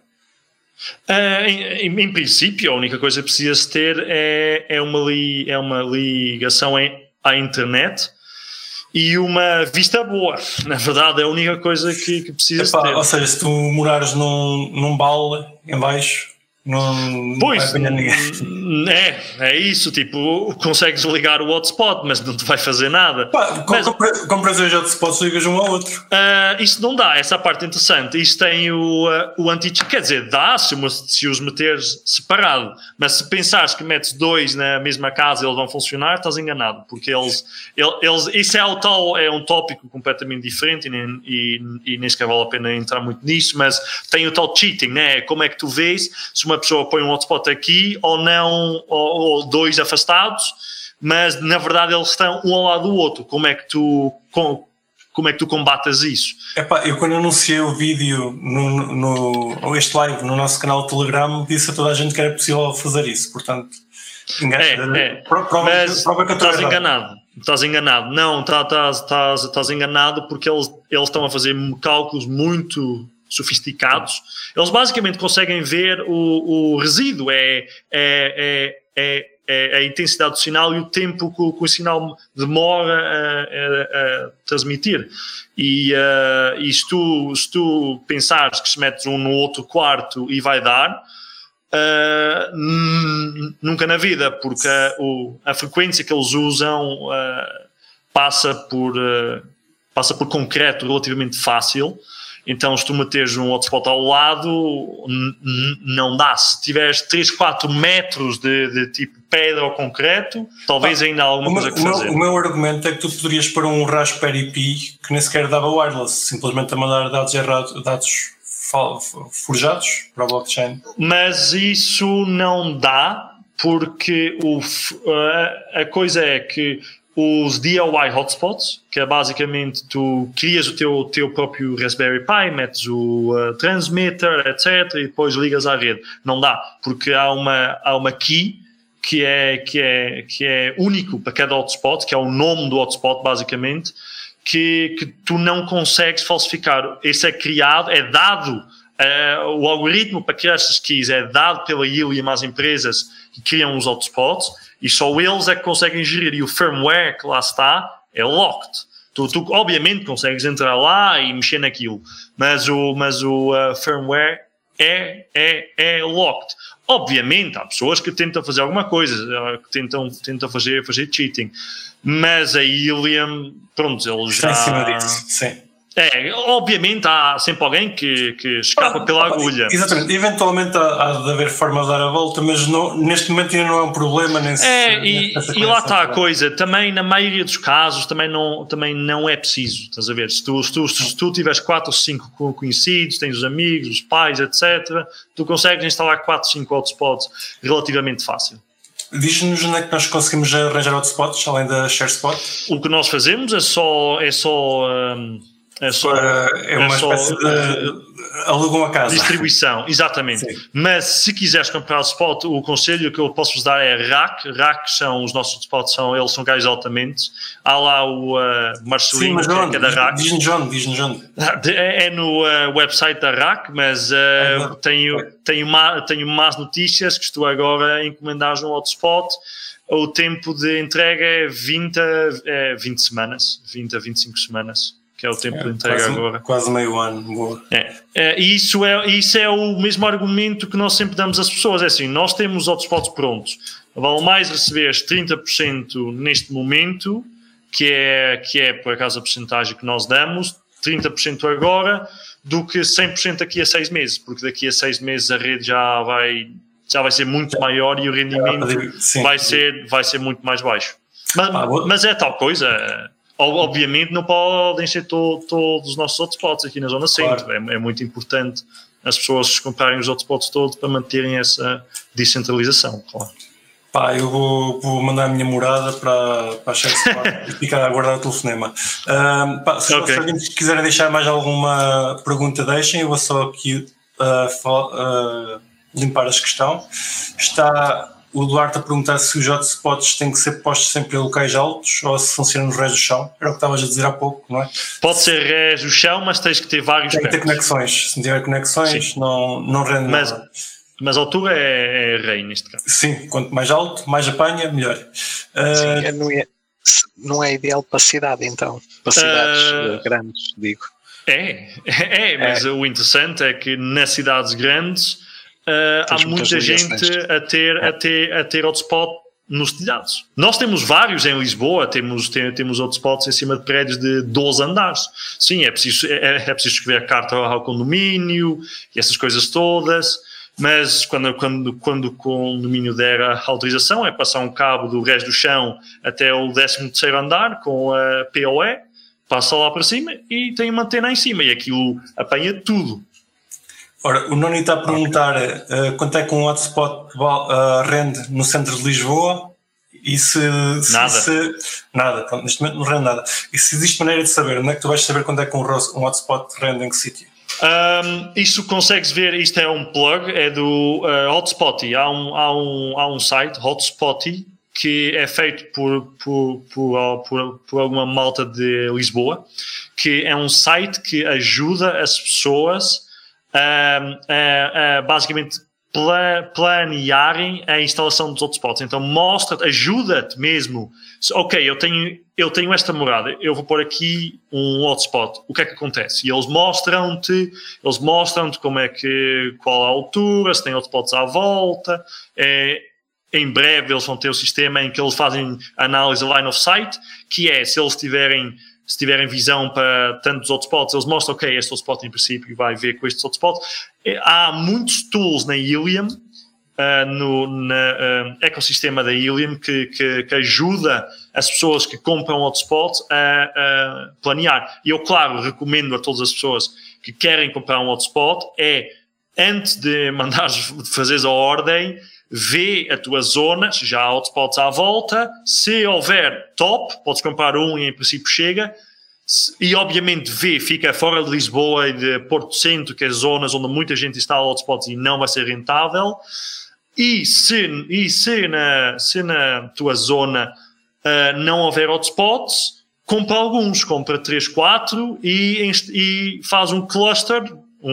Em princípio, a única coisa que precisa ter é uma ligação à internet e uma vista boa. Na verdade, é a única coisa que precisa ter. Ou seja, se tu morares num bale em baixo, não pois, vai apanhar ninguém. É isso, tipo, consegues ligar o hotspot, mas não te vai fazer nada. Compras os hotspots e ligas um ao outro. Isso não dá, essa parte interessante. Isto tem o anti-chip, quer dizer, dá se os meteres separado, mas se pensares que metes dois na mesma casa eles vão funcionar, estás enganado, porque eles isso é um tópico completamente diferente e nem sequer vale a pena entrar muito nisso, mas tem o tal cheating, né? Como é que tu vês se uma pessoa põe um hotspot aqui ou não, ou dois afastados, mas na verdade eles estão um ao lado do outro. Como é que tu combates isso? Eu quando anunciei o vídeo este live no nosso canal Telegram, disse a toda a gente que era possível fazer isso, portanto prova que eu estou enganado. Estás enganado. Não, estás enganado, porque eles estão a fazer cálculos muito sofisticados. Eles basicamente conseguem ver o resíduo, a intensidade do sinal e o tempo que o sinal demora a transmitir. E se tu pensares que se metes um no outro quarto e vai dar, nunca na vida, porque a frequência que eles usam passa por concreto relativamente fácil. Então, se tu meteres um hotspot ao lado, não dá. Se tiveres 3, 4 metros de tipo pedra ou concreto, talvez ainda há alguma coisa que fazer. O meu argumento é que tu poderias pôr um Raspberry Pi que nem sequer dava wireless, simplesmente a mandar dados forjados para a blockchain. Mas isso não dá, porque a coisa é que os DIY hotspots, que é basicamente tu crias o teu próprio Raspberry Pi, metes o transmitter, etc., e depois ligas à rede. Não dá, porque há uma key que é único para cada hotspot, que é o nome do hotspot, basicamente, que tu não consegues falsificar. Esse é criado, é dado, o algoritmo para criar essas keys é dado pela Helium às empresas que criam os hotspots, e só eles é que conseguem gerir, e o firmware que lá está é locked. Tu obviamente consegues entrar lá e mexer naquilo, mas o firmware é locked. Obviamente há pessoas que tentam fazer alguma coisa, que tentam fazer cheating, mas a Helium, pronto, eles já... Está em cima disso, sim. Obviamente há sempre alguém que escapa pela agulha. Exatamente, eventualmente há de haver forma de dar a volta, mas neste momento ainda não é um problema. E lá está a coisa, também na maioria dos casos também não é preciso, estás a ver? Se tu tiveres 4 ou 5 conhecidos, tens os amigos, os pais, etc., tu consegues instalar 4 ou 5 hotspots relativamente fácil. Diz-nos onde é que nós conseguimos arranjar hotspots, além da ShareSpot? O que nós fazemos é uma espécie de alugam a casa. Distribuição, exatamente. Sim. Mas se quiseres comprar o spot, o conselho que eu posso vos dar é RAC. RAC são os nossos spots, eles são gajos altamente. Há lá o Marcelinho, que é da RAC. Diz-nos onde. É no website da RAC, mas tenho más notícias que estou agora a encomendar um hotspot. O tempo de entrega é 20 semanas, 20 a 25 semanas. Que é o tempo de entrega agora. Quase meio ano. Boa. Isso é o mesmo argumento que nós sempre damos às pessoas. É assim, nós temos hotspots prontos. Vale mais receberes 30% neste momento, que é por acaso a porcentagem que nós damos, 30% agora, do que 100% daqui a 6 meses. Porque daqui a 6 meses a rede já vai ser muito maior e o rendimento vai ser muito mais baixo. Mas é tal coisa... Obviamente não podem ser todos os nossos hotspots aqui na Zona Centro. Claro. É muito importante as pessoas comprarem os hotspots todos para manterem essa descentralização, claro. Eu vou mandar a minha morada para a ShareSpot e ficar a aguardar o telefonema. Se alguém quiserem deixar mais alguma pergunta, deixem. Eu vou só aqui limpar a questão. O Duarte a perguntar se os hotspots têm que ser postos sempre em locais altos ou se funcionam nos rés do chão. Era o que estavas a dizer há pouco, não é? Pode ser rés do chão, mas tens que ter vários Tem que ter conexões. Se não tiver conexões, não rende nada. Mas a altura é rei neste caso. Sim, quanto mais alto, mais apanha, melhor. Não é ideal para a cidade, então. Para cidades grandes, digo. Mas o interessante é que nas cidades grandes... há muita gente a ter hotspot nos telhados. Nós temos vários em Lisboa, temos hotspots em cima de prédios de 12 andares. Sim, é preciso escrever a carta ao condomínio e essas coisas todas, mas quando o condomínio der a autorização é passar um cabo do resto do chão até o 13º andar com a PoE, passa lá para cima e tem uma antena em cima e aquilo apanha tudo. Ora, o Noni está a perguntar quanto é que um hotspot rende no centro de Lisboa e nada, neste momento não rende nada. E se existe maneira de saber, onde é que tu vais saber quanto é que um hotspot rende em que sítio? Isso consegues ver, isto é um plug, é do Hotspotty. Há um site, Hotspotty, que é feito por alguma malta de Lisboa, que é um site que ajuda as pessoas basicamente planearem a instalação dos hotspots. Então ajuda-te mesmo. Ok, eu tenho esta morada, eu vou pôr aqui um hotspot. O que é que acontece? E eles mostram-te qual a altura, se tem hotspots à volta. Em breve eles vão ter o sistema em que eles fazem análise line of sight, que é se eles tiverem visão para tantos hotspots, eles mostram, ok, este hotspot em princípio vai ver com estes hotspots. Há muitos tools na Helium, no ecossistema da Helium, que ajuda as pessoas que compram hotspots a planear. E eu, claro, recomendo a todas as pessoas que querem comprar um hotspot, antes de fazeres a ordem, vê a tua zona, se já há hotspots à volta, se houver top, podes comprar um e em princípio chega, e obviamente fica fora de Lisboa e de Porto Centro, que é zonas onde muita gente instala hotspots e não vai ser rentável, e se na tua zona não houver hotspots, compra 3, 4 e faz um cluster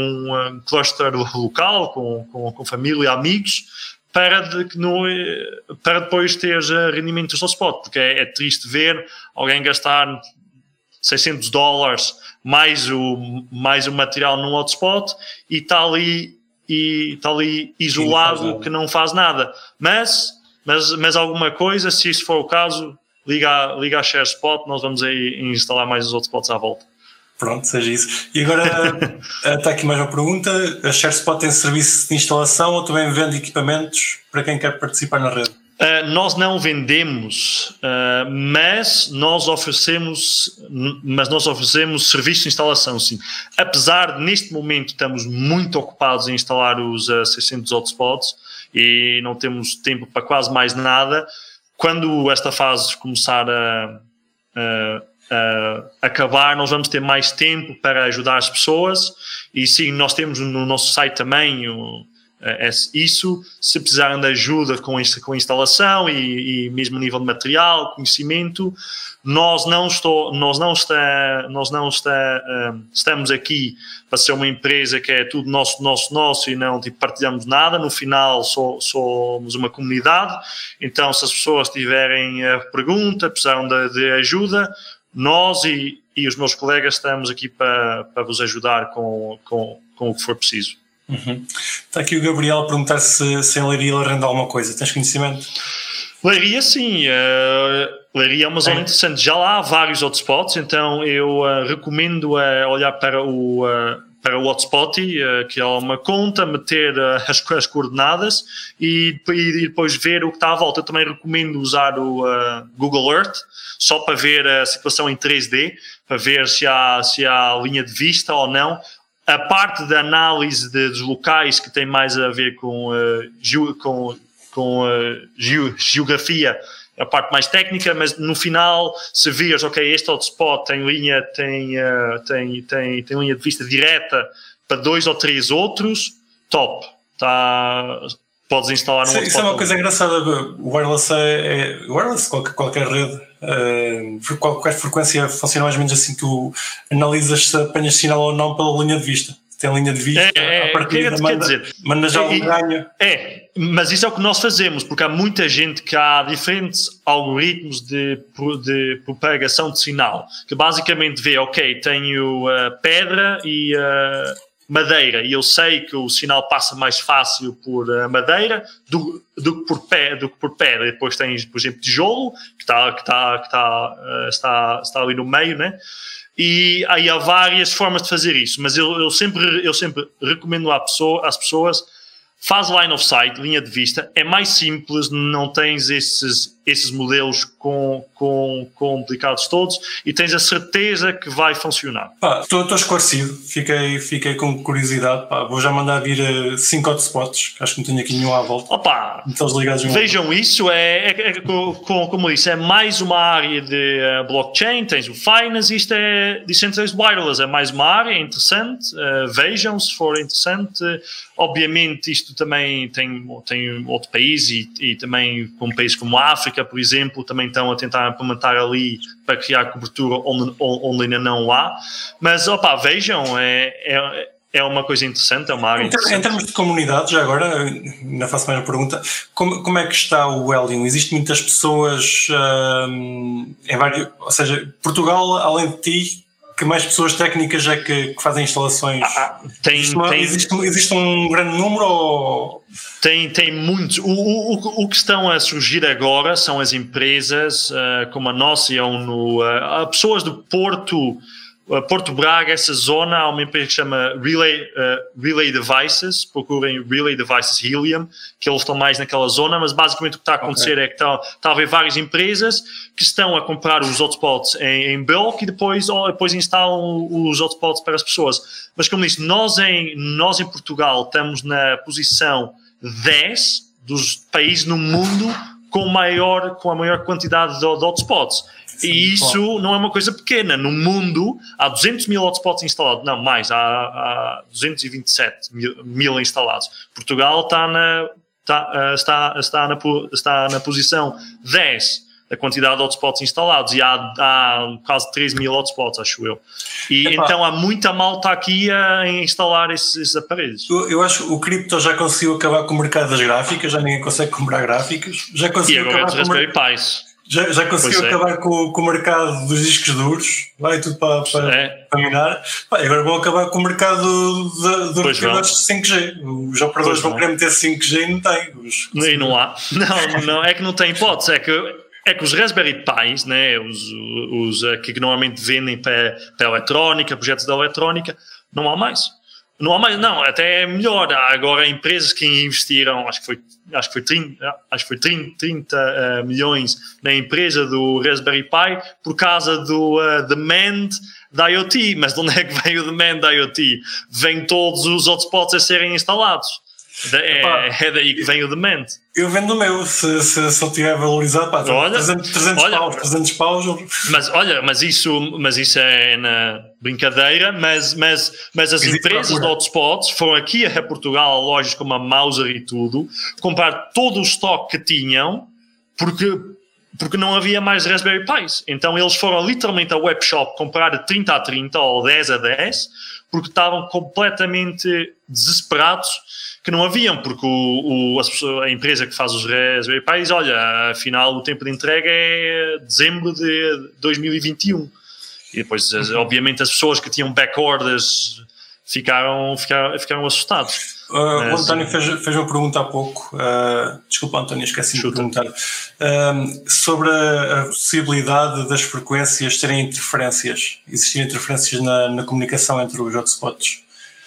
local com família e amigos, para depois teres rendimento do seu spot, porque é triste ver alguém gastar $600 mais o material num hotspot e está ali isolado, que não faz nada. Mas alguma coisa, se isso for o caso, liga a ShareSpot, nós vamos aí instalar mais os hotspots à volta. Pronto, seja isso. E agora está aqui mais uma pergunta. A ShareSpot tem serviço de instalação ou também vende equipamentos para quem quer participar na rede? Nós não vendemos, mas nós oferecemos serviço de instalação, sim. Apesar de, neste momento, estamos muito ocupados em instalar os 600 hotspots e não temos tempo para quase mais nada. Quando esta fase começar a acabar, nós vamos ter mais tempo para ajudar as pessoas. E sim, nós temos no nosso site também isso. Se precisarem de ajuda com a instalação e mesmo a nível de material, conhecimento, nós não estamos aqui para ser uma empresa que é tudo nosso e não partilhamos nada. No final somos uma comunidade. Então, se as pessoas tiverem pergunta, precisam de ajuda, nós e os meus colegas estamos aqui para vos ajudar com o que for preciso. Uhum. Está aqui o Gabriel a perguntar se em Leiria ele rende alguma coisa. Tens conhecimento? Leiria, sim. Leiria é uma zona interessante. Já lá há vários hotspots, então eu recomendo olhar para o hotspot, que é uma conta, meter as coordenadas e depois ver o que está à volta. Eu também recomendo usar o Google Earth, só para ver a situação em 3D, para ver se há linha de vista ou não. A parte da análise dos locais que tem mais a ver com geografia, a parte mais técnica, mas no final, se vires, ok, este hotspot tem linha de vista direta para 2 ou 3 outros, top. Podes instalar um hotspot. Isso é uma coisa engraçada. O wireless, qualquer rede, qualquer frequência funciona mais ou menos assim. Tu analisas se apanhas sinal ou não pela linha de vista. Se tem linha de vista, a partir manda já um ganho. Mas isso é o que nós fazemos, porque há muita gente que há diferentes algoritmos de propagação de sinal, que basicamente vê, ok, tenho pedra e madeira, e eu sei que o sinal passa mais fácil por madeira do que por pedra. E depois tens, por exemplo, tijolo, que está ali no meio, né? E aí há várias formas de fazer isso, mas eu sempre recomendo às pessoas: faz line of sight, linha de vista, é mais simples, não tens esses modelos complicados todos e tens a certeza que vai funcionar. Estou esclarecido, fiquei com curiosidade. Vou já mandar vir 5 hotspots, acho que não tenho aqui nenhum à volta. Vejam isso, como disse, é mais uma área de blockchain, tens o Finance, isto é Decentralized Wireless, é mais uma área interessante, vejam se for interessante. Obviamente isto também tem outro país e também um país como a África, por exemplo, também estão a tentar implementar ali para criar cobertura onde ainda não há. Mas, vejam, é uma coisa interessante, é uma área interessante. Em termos de comunidade, já agora, ainda faço mais uma pergunta, como é que está o Helium? Existem muitas pessoas em vários... Ou seja, Portugal, além de ti, que mais pessoas técnicas é que fazem instalações? Existe um grande número ou... Tem muitos. O que estão a surgir agora são as empresas como a nossa e pessoas do Porto Braga, essa zona. Há uma empresa que se chama Relay Devices, procurem Relay Devices Helium, que eles estão mais naquela zona, mas basicamente o que está a acontecer é que está a haver várias empresas que estão a comprar os hotspots em bulk e depois instalam os hotspots para as pessoas. Mas como disse, nós em Portugal estamos na posição 10 dos países no mundo com a maior quantidade de hotspots. E isso não é uma coisa pequena. No mundo há 200 mil hotspots instalados. Não, mais, há 227 mil instalados. Portugal está na posição 10 da quantidade de hotspots instalados e há quase 3 mil hotspots, acho eu. Então há muita malta aqui a instalar esses aparelhos. Eu acho que o cripto já conseguiu acabar com o mercado das gráficas, já ninguém consegue comprar gráficas. Já conseguiu e agora é dos Raspberry Pis. Já conseguiu acabar com o mercado dos discos duros, vai tudo para minar. Agora vão acabar com o mercado dos roteadores de 5G. Os operadores vão querer meter 5G e não tem. E não há. Não, é que não tem hipótese. é que os Raspberry Pis, né, os que normalmente vendem para eletrónica, projetos de eletrónica, não há mais. Não há mais, não, até é melhor. Há agora empresas que investiram, acho que foi 30 milhões na empresa do Raspberry Pi por causa do demand da IoT. Mas de onde é que vem o demand da IoT? Vem todos os hotspots a serem instalados. É daí que vem o demand. Eu vendo o meu, se ele tiver valorizado, pá, olha, 300 paus. Mas isso é na brincadeira, mas as empresas de hotspots foram aqui a Portugal, lojas como a Mouser e tudo, comprar todo o estoque que tinham, porque não havia mais Raspberry Pis. Então eles foram literalmente ao webshop comprar de 30 a 30 ou 10 a 10, porque estavam completamente desesperados que não haviam, porque a empresa que faz os Raspberry Pi diz, olha, afinal o tempo de entrega é dezembro de 2021. E depois, obviamente, as pessoas que tinham backorders ficaram assustados. O António fez uma pergunta há pouco, desculpa António, esqueci de perguntar, sobre a possibilidade das frequências terem existirem interferências na comunicação entre os hotspots.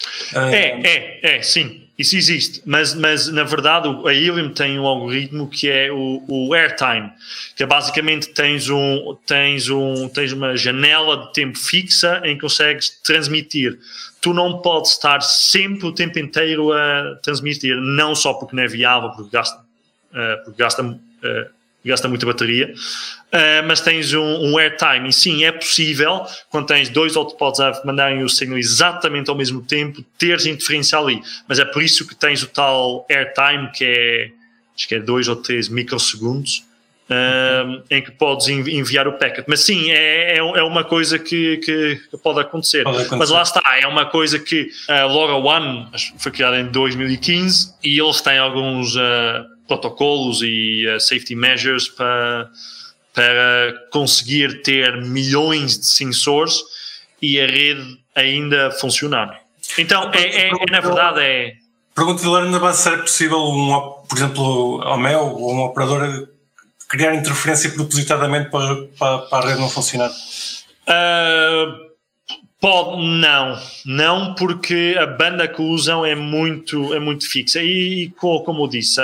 Sim, isso existe, mas na verdade a Helium tem um algoritmo que é o airtime, que é basicamente tens uma janela de tempo fixa em que consegues transmitir. Tu não podes estar sempre o tempo inteiro a transmitir, não só porque não é viável, porque gasta muita bateria, mas tens um airtime, e sim, é possível, quando tens dois hotspots a mandarem o sinal exatamente ao mesmo tempo, teres interferência ali, mas é por isso que tens o tal airtime, acho que é 2 ou 3 microsegundos, em que podes enviar o packet. Mas sim, é uma coisa que pode acontecer. Mas lá está, é uma coisa que a LoRaWAN foi criada em 2015 e eles têm alguns protocolos e safety measures para conseguir ter milhões de sensores e a rede ainda funcionar. Então, na verdade, Pergunta-lhe agora na base se era possível, por exemplo, ao MEL ou um operador criar interferência propositadamente para a rede não funcionar? Não, porque a banda que usam é muito fixa. E como eu disse,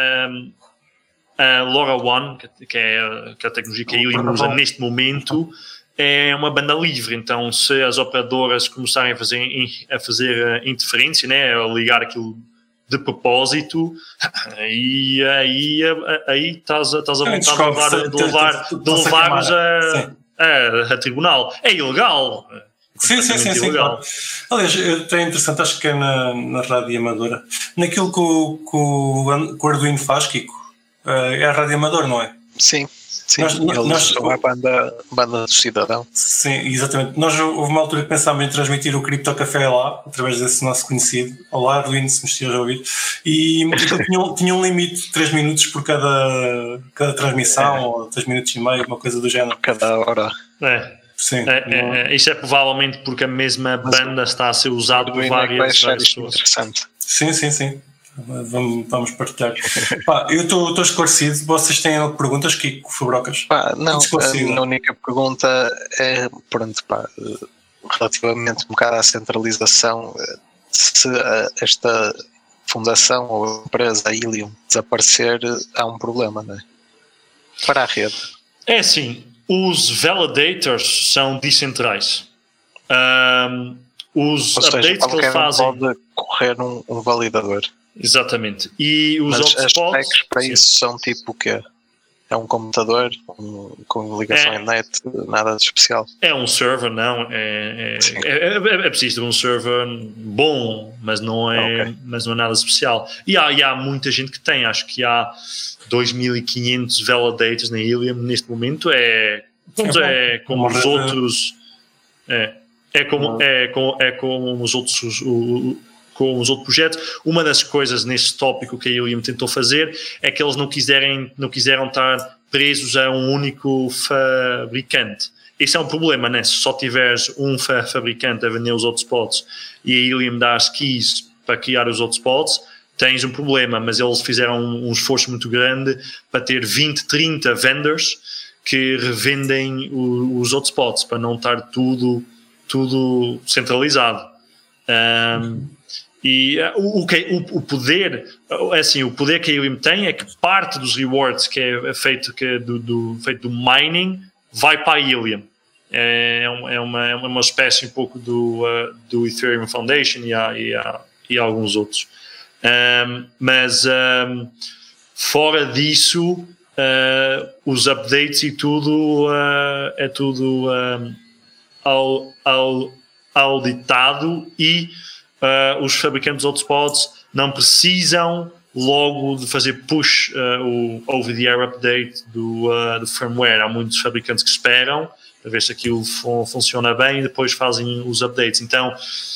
a LoRaWAN, que é a tecnologia que a Helium usa neste momento, é uma banda livre. Então, se as operadoras começarem a fazer interferência, né, a ligar aquilo de propósito, aí estás a vontade de levar-nos a tribunal. É ilegal. Sim, claro. Aliás, é interessante, acho que é na Rádio Amadora, naquilo que o Arduino faz, Kiko, é a Rádio Amadora, não é? Sim. Eles são a banda do cidadão. Sim, exatamente. Houve uma altura que pensámos em transmitir o Cripto Café lá, através desse nosso conhecido. Olá, Arduino, se me estiveres a ouvir. E tinha um limite de 3 minutos por cada transmissão, ou 3 minutos e meio, uma coisa do género. Cada hora. Sim. Isso é provavelmente porque a mesma banda está a ser usada por várias pessoas. Interessante. Sim. Vamos partilhar. Eu estou esclarecido. Vocês têm perguntas, Kiko, Fabrocas? Não, a minha única pergunta é, relativamente um bocado à centralização, se esta fundação ou empresa, a Helium, desaparecer, há um problema, não é? Para a rede. É assim, os validators são decentrais. Os updates que eles fazem... pode correr um validador. Exatamente. E os hotspots... As specs para isso são tipo o quê? É um computador com ligação em net, nada de especial? É um server, não. É preciso ter um server bom, mas não é nada especial. E há muita gente que tem. Acho que há 2.500 validators na Helium neste momento. Como os outros... como os outros... com os outros projetos. Uma das coisas nesse tópico que a Helium tentou fazer é que eles não quiseram estar presos a um único fabricante. Esse é um problema, né? Se só tiveres um fabricante a vender os hotspots e a Helium dá as keys para criar os hotspots, tens um problema, mas eles fizeram um esforço muito grande para ter 20, 30 vendors que revendem os hotspots, para não estar tudo centralizado. E o poder, assim, o poder que a Helium tem é que parte dos rewards que é feito do mining vai para a Helium. É uma espécie um pouco do Ethereum Foundation e alguns outros. Mas fora disso, os updates e tudo é tudo auditado, e os fabricantes de hotspots não precisam logo de fazer push o over-the-air update do firmware. Há muitos fabricantes que esperam para ver se aquilo funciona bem e depois fazem os updates. Então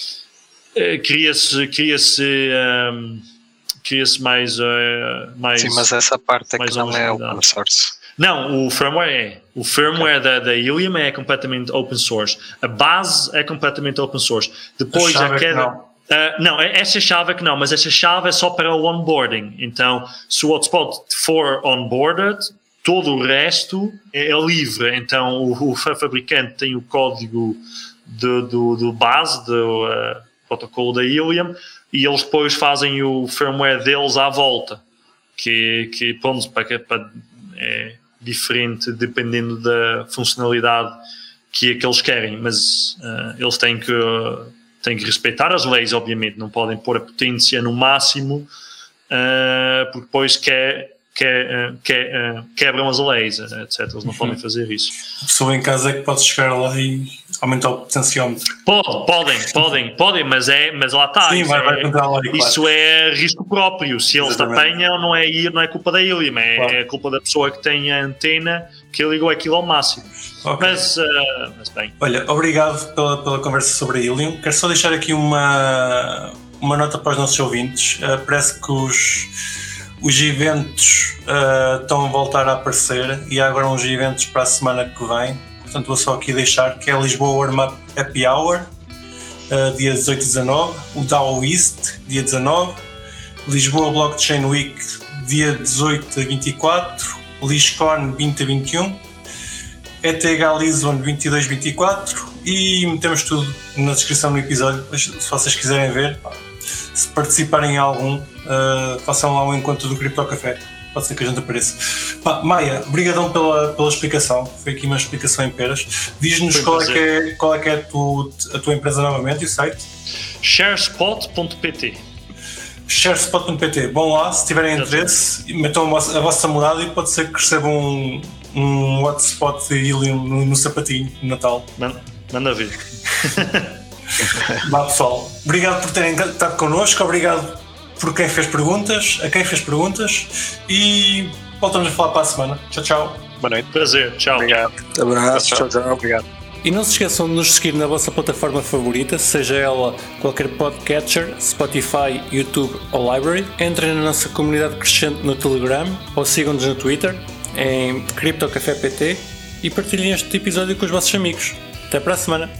cria-se mais. Sim, mas essa parte é que não é open source. Não, o firmware da Helium é completamente open source. A base é completamente open source. Depois não, essa chave é que não, mas essa chave é só para o onboarding. Então, se o hotspot for onboarded, todo o resto é livre. Então, o fabricante tem o código do base, do protocolo da Helium, e eles depois fazem o firmware deles à volta, que é diferente dependendo da funcionalidade que eles querem, mas eles têm que respeitar as leis, obviamente, não podem pôr a potência no máximo, porque depois quebram as leis, etc. Eles não podem fazer isso. A pessoa em casa é que pode chegar lá e aumentar o potenciômetro. Podem, mas lá está. Sim, isso é risco próprio. Se eles te apanham, não é culpa da Helium, é culpa da pessoa que tem a antena que ligou aquilo ao máximo. Okay. Mas bem. Olha, obrigado pela conversa sobre a Helium. Quero só deixar aqui uma nota para os nossos ouvintes. Parece que os eventos estão a voltar a aparecer, e há agora uns eventos para a semana que vem. Portanto, vou só aqui deixar que é Lisboa Warm Up Happy Hour, dia 18 e 19, o DAO East, dia 19, Lisboa Blockchain Week, dia 18 a 24, LisCon 20 a 21, ETH Lisbon 22 a 24, e metemos tudo na descrição do episódio, se vocês quiserem ver. Se participarem em algum, façam lá um encontro do Cripto Café. Pode ser que a gente apareça. Maia, obrigadão pela explicação. Foi aqui uma explicação em peras. Diz-nos qual é que é a tua empresa novamente e o site. Sharespot.pt. Sharespot.pt. Bom lá, se tiverem interesse, metam a vossa morada e pode ser que recebam um hotspot de Helium no sapatinho no Natal. Manda ver. Pessoal, obrigado por terem estado connosco, obrigado por quem fez perguntas, e voltamos a falar para a semana. Tchau. Boa noite. Prazer. Tchau. Obrigado. Abraço. Tchau. Obrigado. E não se esqueçam de nos seguir na vossa plataforma favorita, seja ela qualquer podcatcher, Spotify, YouTube ou Library. Entrem na nossa comunidade crescente no Telegram ou sigam-nos no Twitter em CryptoCafé PT e partilhem este episódio com os vossos amigos. Até para a semana.